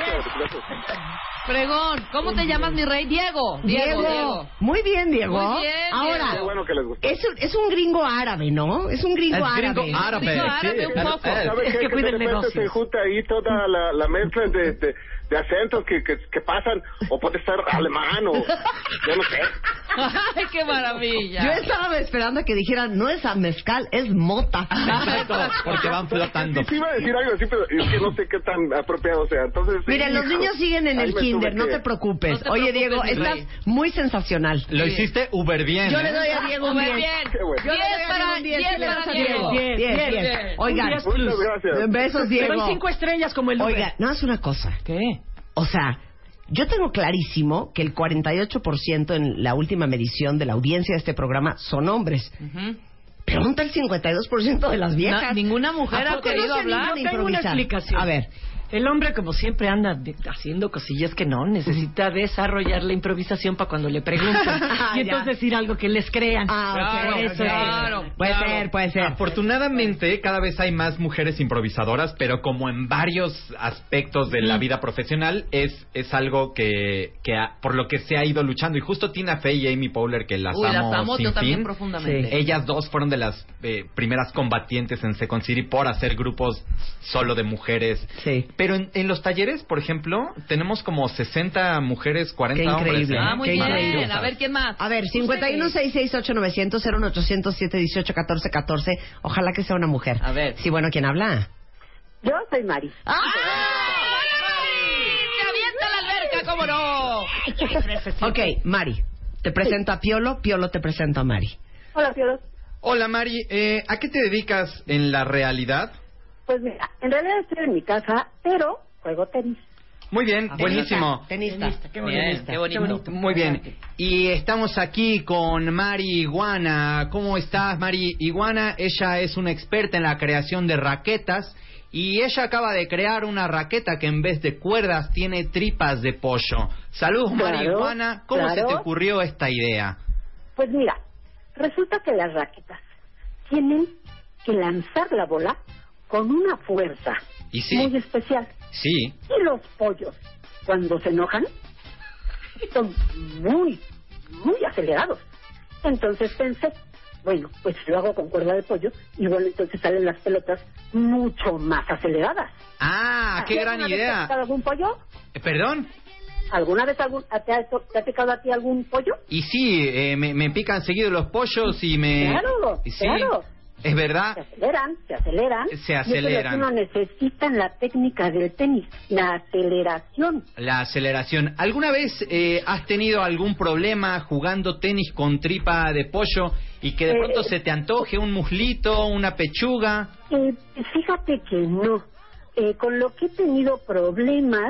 Fregón, ¿cómo te llamas, mi rey? Diego. Diego. Diego. Muy bien, Diego. Muy bien, Ahora, Qué bueno que les gustó. es un, es un gringo árabe, ¿no? Es un gringo Es árabe. gringo árabe, Gringo árabe, sí. un poco. ¿Sabe Es qué? que Que cuida de el repente negocio. se junta ahí toda la, la mezcla de, de, de acentos que, que, que pasan, o puede ser alemán, o yo no sé. Ay, qué maravilla. Yo estaba esperando a que dijeran, no es a mezcal, es mota. Exacto, porque van flotando. Sí, sí iba a decir algo así, pero es que no sé qué tan apropiado sea. Entonces, Miren, los hijo, niños siguen en ahí el me kinder, tuve no que- te preocupes. No te Oye, preocupes, Diego, mi estás rey. muy sensacional. Lo hiciste uber bien, Yo ¿eh? le doy a Diego un Muy diez. bien. Qué bueno. Yo le doy diez a para, Diego un diez. diez ¿Qué le das para a Diego. Diez, diez, Bien, diez. bien. Oigan, Muchas gracias. besos, Te doy Diego. cinco estrellas como el Uber. Oiga, no es una cosa. ¿Qué? O sea, yo tengo clarísimo que el cuarenta y ocho por ciento en la última medición de la audiencia de este programa son hombres. Ujú. Pregunta el cincuenta y dos por ciento de las viejas. Na- ninguna mujer ¿A ha poco no querido se hablar? animan a Tengo una improvisar? explicación. A ver. El hombre, como siempre, anda de- haciendo cosillas que no. Necesita desarrollar la improvisación para cuando le preguntan. y entonces Ya. decir algo que les crean. Ah, ok, Claro, por eso claro, es. Puede claro. ser, puede ser. Afortunadamente, cada vez hay más mujeres improvisadoras, pero como en varios aspectos de la vida profesional, es, es algo que, que ha- por lo que se ha ido luchando. Y justo Tina Fey y Amy Poehler, que las Uy, amo las amo sin yo también fin, profundamente. ellas dos fueron de las eh, primeras combatientes en Second City por hacer grupos solo de mujeres. Sí. Pero en, en los talleres, por ejemplo, tenemos como sesenta mujeres, cuarenta Qué hombres. increíble. ¿eh? Ah, muy Qué bien. increíble. A ver, ¿quién más? A ver, cincuenta y uno, sesenta y seis, ocho nueve cero cero, cero uno ochocientos, siete dieciocho, catorce catorce. Ojalá que sea una mujer. A ver. Sí, bueno, ¿quién habla? Yo soy Mari. ¡Ah! ¡Hola, Mari! ¡Se avienta a la alberca, cómo no! Ok, Mari. Te presento a Piolo, Piolo te presento a Mari. Hola, Piolo. Hola, Mari. Eh, ¿A qué te dedicas en la realidad? Pues mira, en realidad estoy en mi casa, pero juego tenis. Muy bien, buenísimo. Tenista. Qué Bien, qué bonito. Muy bien. Y estamos aquí con Mari Iguana. ¿Cómo estás, Mari Iguana? Ella es una experta en la creación de raquetas y ella acaba de crear una raqueta que en vez de cuerdas tiene tripas de pollo. Saludos, Mari Claro, Iguana. ¿Cómo se claro. te ocurrió esta idea? Pues mira, resulta que las raquetas tienen que lanzar la bola con una fuerza Y sí. muy especial. Sí. Y los pollos, cuando se enojan, son muy, muy acelerados. Entonces pensé, bueno, pues lo hago con cuerda de pollo y bueno, entonces salen las pelotas mucho más aceleradas. Ah, qué gran ¿Alguna vez te ha idea. picado algún pollo? Eh, ¿Perdón? ¿Alguna vez algún, te, ha, te ha picado a ti algún pollo? Y sí, eh, me, me pican seguido los pollos y me... Claro, y sí, claro. es verdad. Se aceleran, se aceleran. Se Y aceleran. eso es lo que uno necesita en la técnica del tenis, la aceleración. La aceleración. ¿Alguna vez eh, has tenido algún problema jugando tenis con tripa de pollo y que de Eh, pronto se te antoje un muslito, una pechuga? Eh, fíjate que no. Eh, con lo que he tenido problemas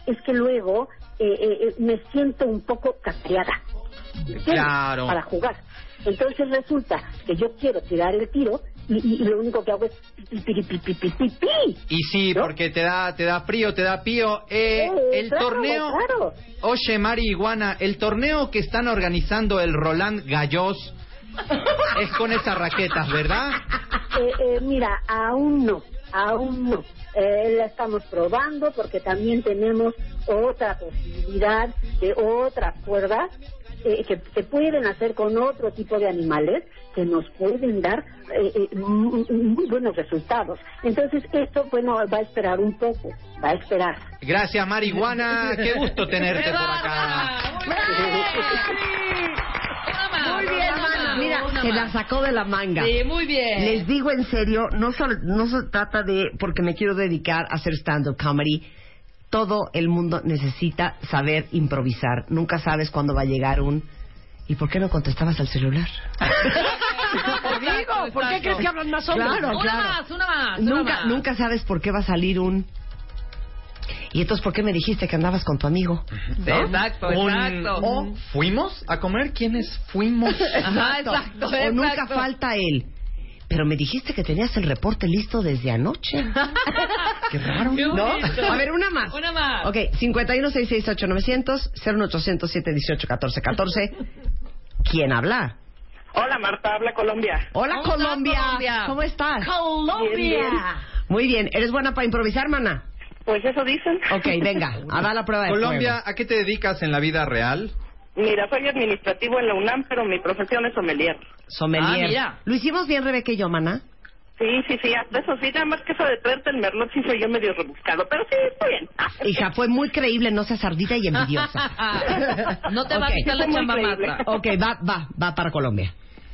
es que luego eh, eh, me siento un poco castiada. Claro. Para jugar. Entonces resulta que yo quiero tirar el tiro y, y, y lo único que hago es pi, pi, pi, pi, pi, pi, pi. Y sí, ¿no? Porque te da te da frío, te da pío. Eh, Eh, el claro, torneo... claro. Oye, Mari Iguana, el torneo que están organizando el Roland Gallos es con esas raquetas, ¿verdad? Eh, eh, mira, aún no, aún no. Eh, la estamos probando porque también tenemos otra posibilidad de otras cuerdas eh, que se pueden hacer con otro tipo de animales que nos pueden dar eh, eh, muy, muy buenos resultados. Entonces esto, bueno, va a esperar un poco, va a esperar. Gracias, Mari Iguana. Qué gusto tenerte por acá. Muy bien, mana. Mira, se la sacó de la manga. Sí, muy bien. Les digo en serio, no, sol- no se trata de porque me quiero dedicar a hacer stand-up comedy. Todo el mundo necesita saber improvisar. Nunca sabes cuándo va a llegar un... ¿Y por qué no contestabas al celular? Te digo, ¿por qué crees que hablan más hombres? Claro, una claro. más, una más. una Nunca, más. nunca sabes por qué va a salir un... ¿Y entonces por qué me dijiste que andabas con tu amigo? ¿No? Exacto, Un- exacto. o ¿fuimos a comer? ¿Quiénes fuimos? Ajá, exacto, O exacto. nunca falta él. Pero me dijiste que tenías el reporte listo desde anoche. Qué raro, Qué ¿no? bonito. A ver, una más. Una más. Ok, cincuenta y uno, seiscientos sesenta y ocho, novecientos, cero uno ochocientos, siete dieciocho, catorce catorce. ¿Quién habla? Hola, Marta, habla Colombia. Hola, Hola, Colombia. Colombia. ¿Cómo estás? Colombia. Bien, bien. Muy bien. ¿Eres buena para improvisar, mana? Pues eso dicen. Ok, venga, a dar la prueba de Colombia, ¿a qué te dedicas en la vida real? Mira, soy administrativo en la UNAM, pero mi profesión es sommelier. fuego. Sommelier. Ah, mira. ¿Lo hicimos bien, Rebeca y yo, mana? Sí, sí, sí, hasta eso sí, nada más que eso de traerte el merlot sí soy yo medio rebuscado, pero sí, está bien. Hija, fue muy creíble, no seas ardita y envidiosa. No te va a Ok. quitar la Fue muy chamba creíble. mata. Ok, va, va, va para Colombia.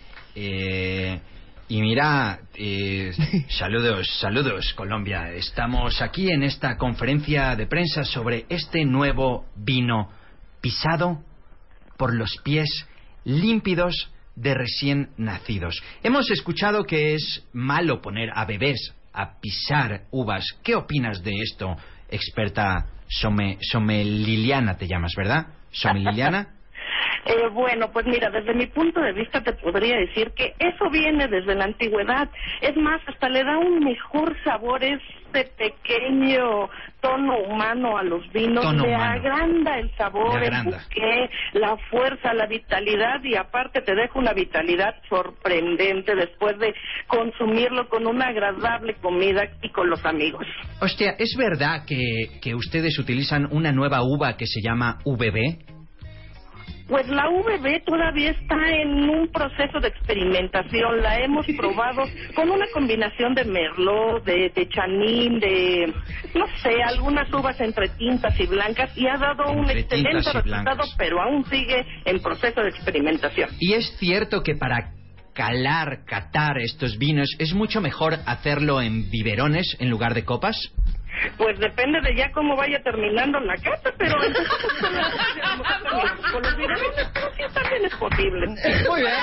Eh, y mira, eh, saludos, saludos Colombia. Estamos aquí en esta conferencia de prensa sobre este nuevo vino pisado por los pies límpidos de recién nacidos. Hemos escuchado que es malo poner a bebés a pisar uvas. ¿Qué opinas de esto, experta some, someliliana te llamas, ¿verdad? ¿Someliliana? Eh, bueno, pues mira, desde mi punto de vista te podría decir que eso viene desde la antigüedad. Es más, hasta le da un mejor sabor ese pequeño tono humano a los vinos. Tono le humano. agranda el sabor, Le el agranda. bouquet, la fuerza, la vitalidad y aparte te deja una vitalidad sorprendente después de consumirlo con una agradable comida y con los amigos. Hostia, ¿es verdad que, que ustedes utilizan una nueva uva que se llama V B? Pues la V B todavía está en un proceso de experimentación. La hemos probado con una combinación de Merlot, de, de Chanin, de, no sé, algunas uvas entre tintas y blancas y ha dado un Entre excelente tintas y resultado, blancas. pero aún sigue en proceso de experimentación. ¿Y es cierto que para calar, catar estos vinos es mucho mejor hacerlo en biberones en lugar de copas? Pues depende de ya cómo vaya terminando la cata, pero empezamos con, la- con los biberones, pero sí también es posible. Muy bien.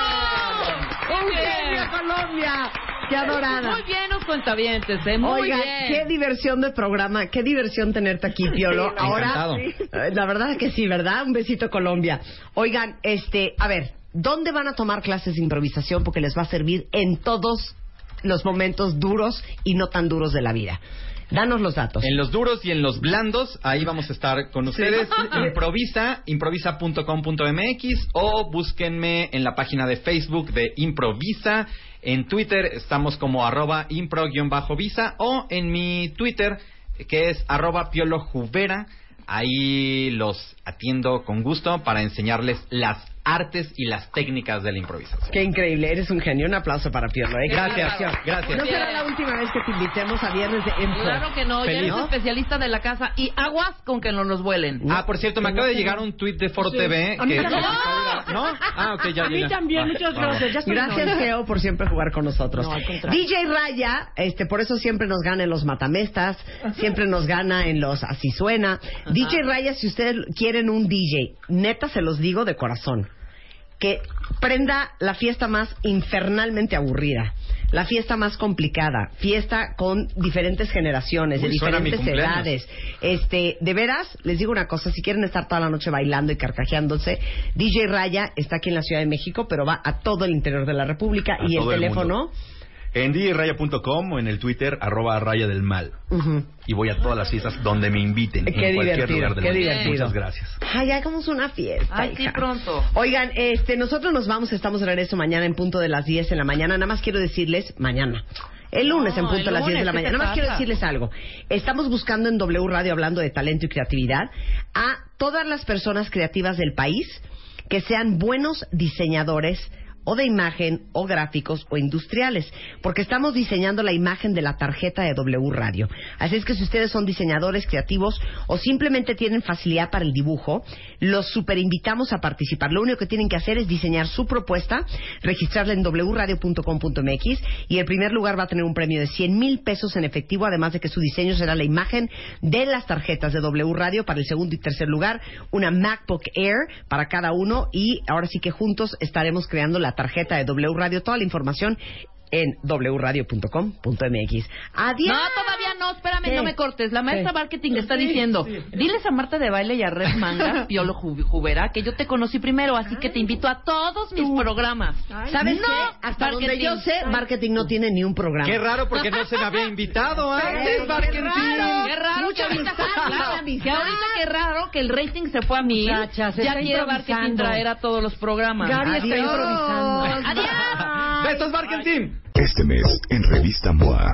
Muy bien. Eugenia, Colombia. Qué adorada. Muy bien, los cuentavientes, ¿eh? Muy Oigan, bien. qué diversión de programa, qué diversión tenerte aquí, Piolo. Sí, la Ahora, Encantado. eh, la verdad que sí, ¿verdad? Un besito, Colombia. Oigan, este, a ver, ¿dónde van a tomar clases de improvisación? Porque les va a servir en todos los momentos duros y no tan duros de la vida. Danos los datos. En los duros y en los blandos, ahí vamos a estar con ustedes. Improvisa, improvisa punto com punto m x o búsquenme en la página de Facebook de Improvisa. En Twitter estamos como arroba impro-visa o en mi Twitter que es arroba piolojuvera. Ahí los atiendo con gusto para enseñarles las artes y las técnicas de la improvisación. Qué increíble, eres un genio. Un aplauso para Piolo, ¿eh? Gracias, gracias. No será la última vez que te invitemos a Viernes de Impro. Claro que no, ya Feliz. eres especialista de la casa y aguas con que no nos vuelen. Ah, por cierto, me acaba de llegar un tuit de Foro Sí. T V A mí que... también. ¿No? Ah, ok, ya, A ya, mí ya. también, Va, muchas va, va. gracias. Ya estoy Gracias, en- Geo, por siempre jugar con nosotros. No, al contrario. D J Raya, este, por eso siempre nos gana en los matamestas, siempre nos gana en los así suena. D J Raya, si ustedes quieren un D J, neta se los digo de corazón, que prenda la fiesta más infernalmente aburrida. la fiesta más complicada, fiesta con diferentes generaciones, Uy, de suena diferentes mi cumpleaños. edades. Este, de veras, les digo una cosa, si quieren estar toda la noche bailando y carcajeándose, D J Raya está aquí en la Ciudad de México, pero va a todo el interior de la República. A Y el todo el teléfono... mundo. En d j raya punto com o en el Twitter, arroba raya del mal. Ujú. Y voy a todas las fiestas donde me inviten. Qué en cualquier divertido, lugar del qué mundo. divertido. Muchas gracias. Ay, hagamos una fiesta. Ay, sí, hija. pronto. Oigan, este, nosotros nos vamos, estamos de regreso mañana en punto de las diez en la mañana. Nada más quiero decirles, mañana. El lunes No, en punto el a las diez de la lunes, ¿qué te mañana. Nada más quiero pasa? decirles algo. Estamos buscando en W Radio, hablando de talento y creatividad, a todas las personas creativas del país que sean buenos diseñadores o de imagen, o gráficos, o industriales, porque estamos diseñando la imagen de la tarjeta de W Radio. Así es que si ustedes son diseñadores creativos o simplemente tienen facilidad para el dibujo, los super invitamos a participar. Lo único que tienen que hacer es diseñar su propuesta, registrarla en w radio punto com punto m x, y el primer lugar va a tener un premio de cien mil pesos en efectivo, además de que su diseño será la imagen de las tarjetas de W Radio. Para el segundo y tercer lugar, una MacBook Air para cada uno, y ahora sí que juntos estaremos creando la tarjeta de W Radio. Toda la información en w radio punto com punto m x. Adiós. No, todavía no, espérame, ¿Qué? no me cortes. La maestra ¿Qué? marketing está Sí, diciendo, sí. diles a Marta de Baile y a Red Manga, Piolo Ju- Jubera, que yo te conocí primero, así que te invito a todos mis programas. ¿Sabes no, qué? Hasta donde marketing. yo sé, marketing no tiene ni un programa. Qué raro porque no se me había invitado antes, Qué marketing. raro. Qué raro Mucha que ahorita, amistad, claro, mucha amistad. que ahorita qué raro que el rating se fue a mí. Muchachas, se Ya está quiere marketing improvisando. traer a todos los programas. Gaby está Adiós. improvisando. Adiós. Besos, marketing. Este mes, en Revista MOA.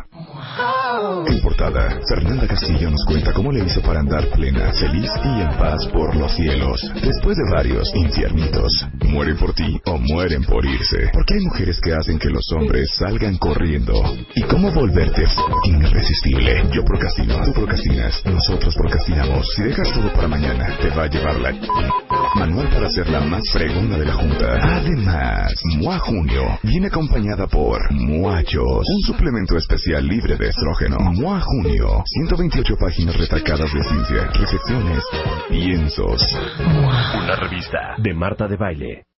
En portada, Fernanda Castillo nos cuenta cómo le hizo para andar plena, feliz y en paz por los cielos. Después de varios infiernitos. Mueren por ti o mueren por irse. Porque hay mujeres que hacen que los hombres salgan corriendo. ¿Y cómo volverte f***ing irresistible? Yo procrastino, tú procrastinas, nosotros procrastinamos. Si dejas todo para mañana, te va a llevar la... Manual para ser la más fregona de la junta. Además, MOA Junio viene acompañada por Muachos, un suplemento especial libre de estrógeno. MOA Junio, ciento veintiocho páginas retacadas de ciencia, reflexiones, piensos. Una revista de Marta de Baile.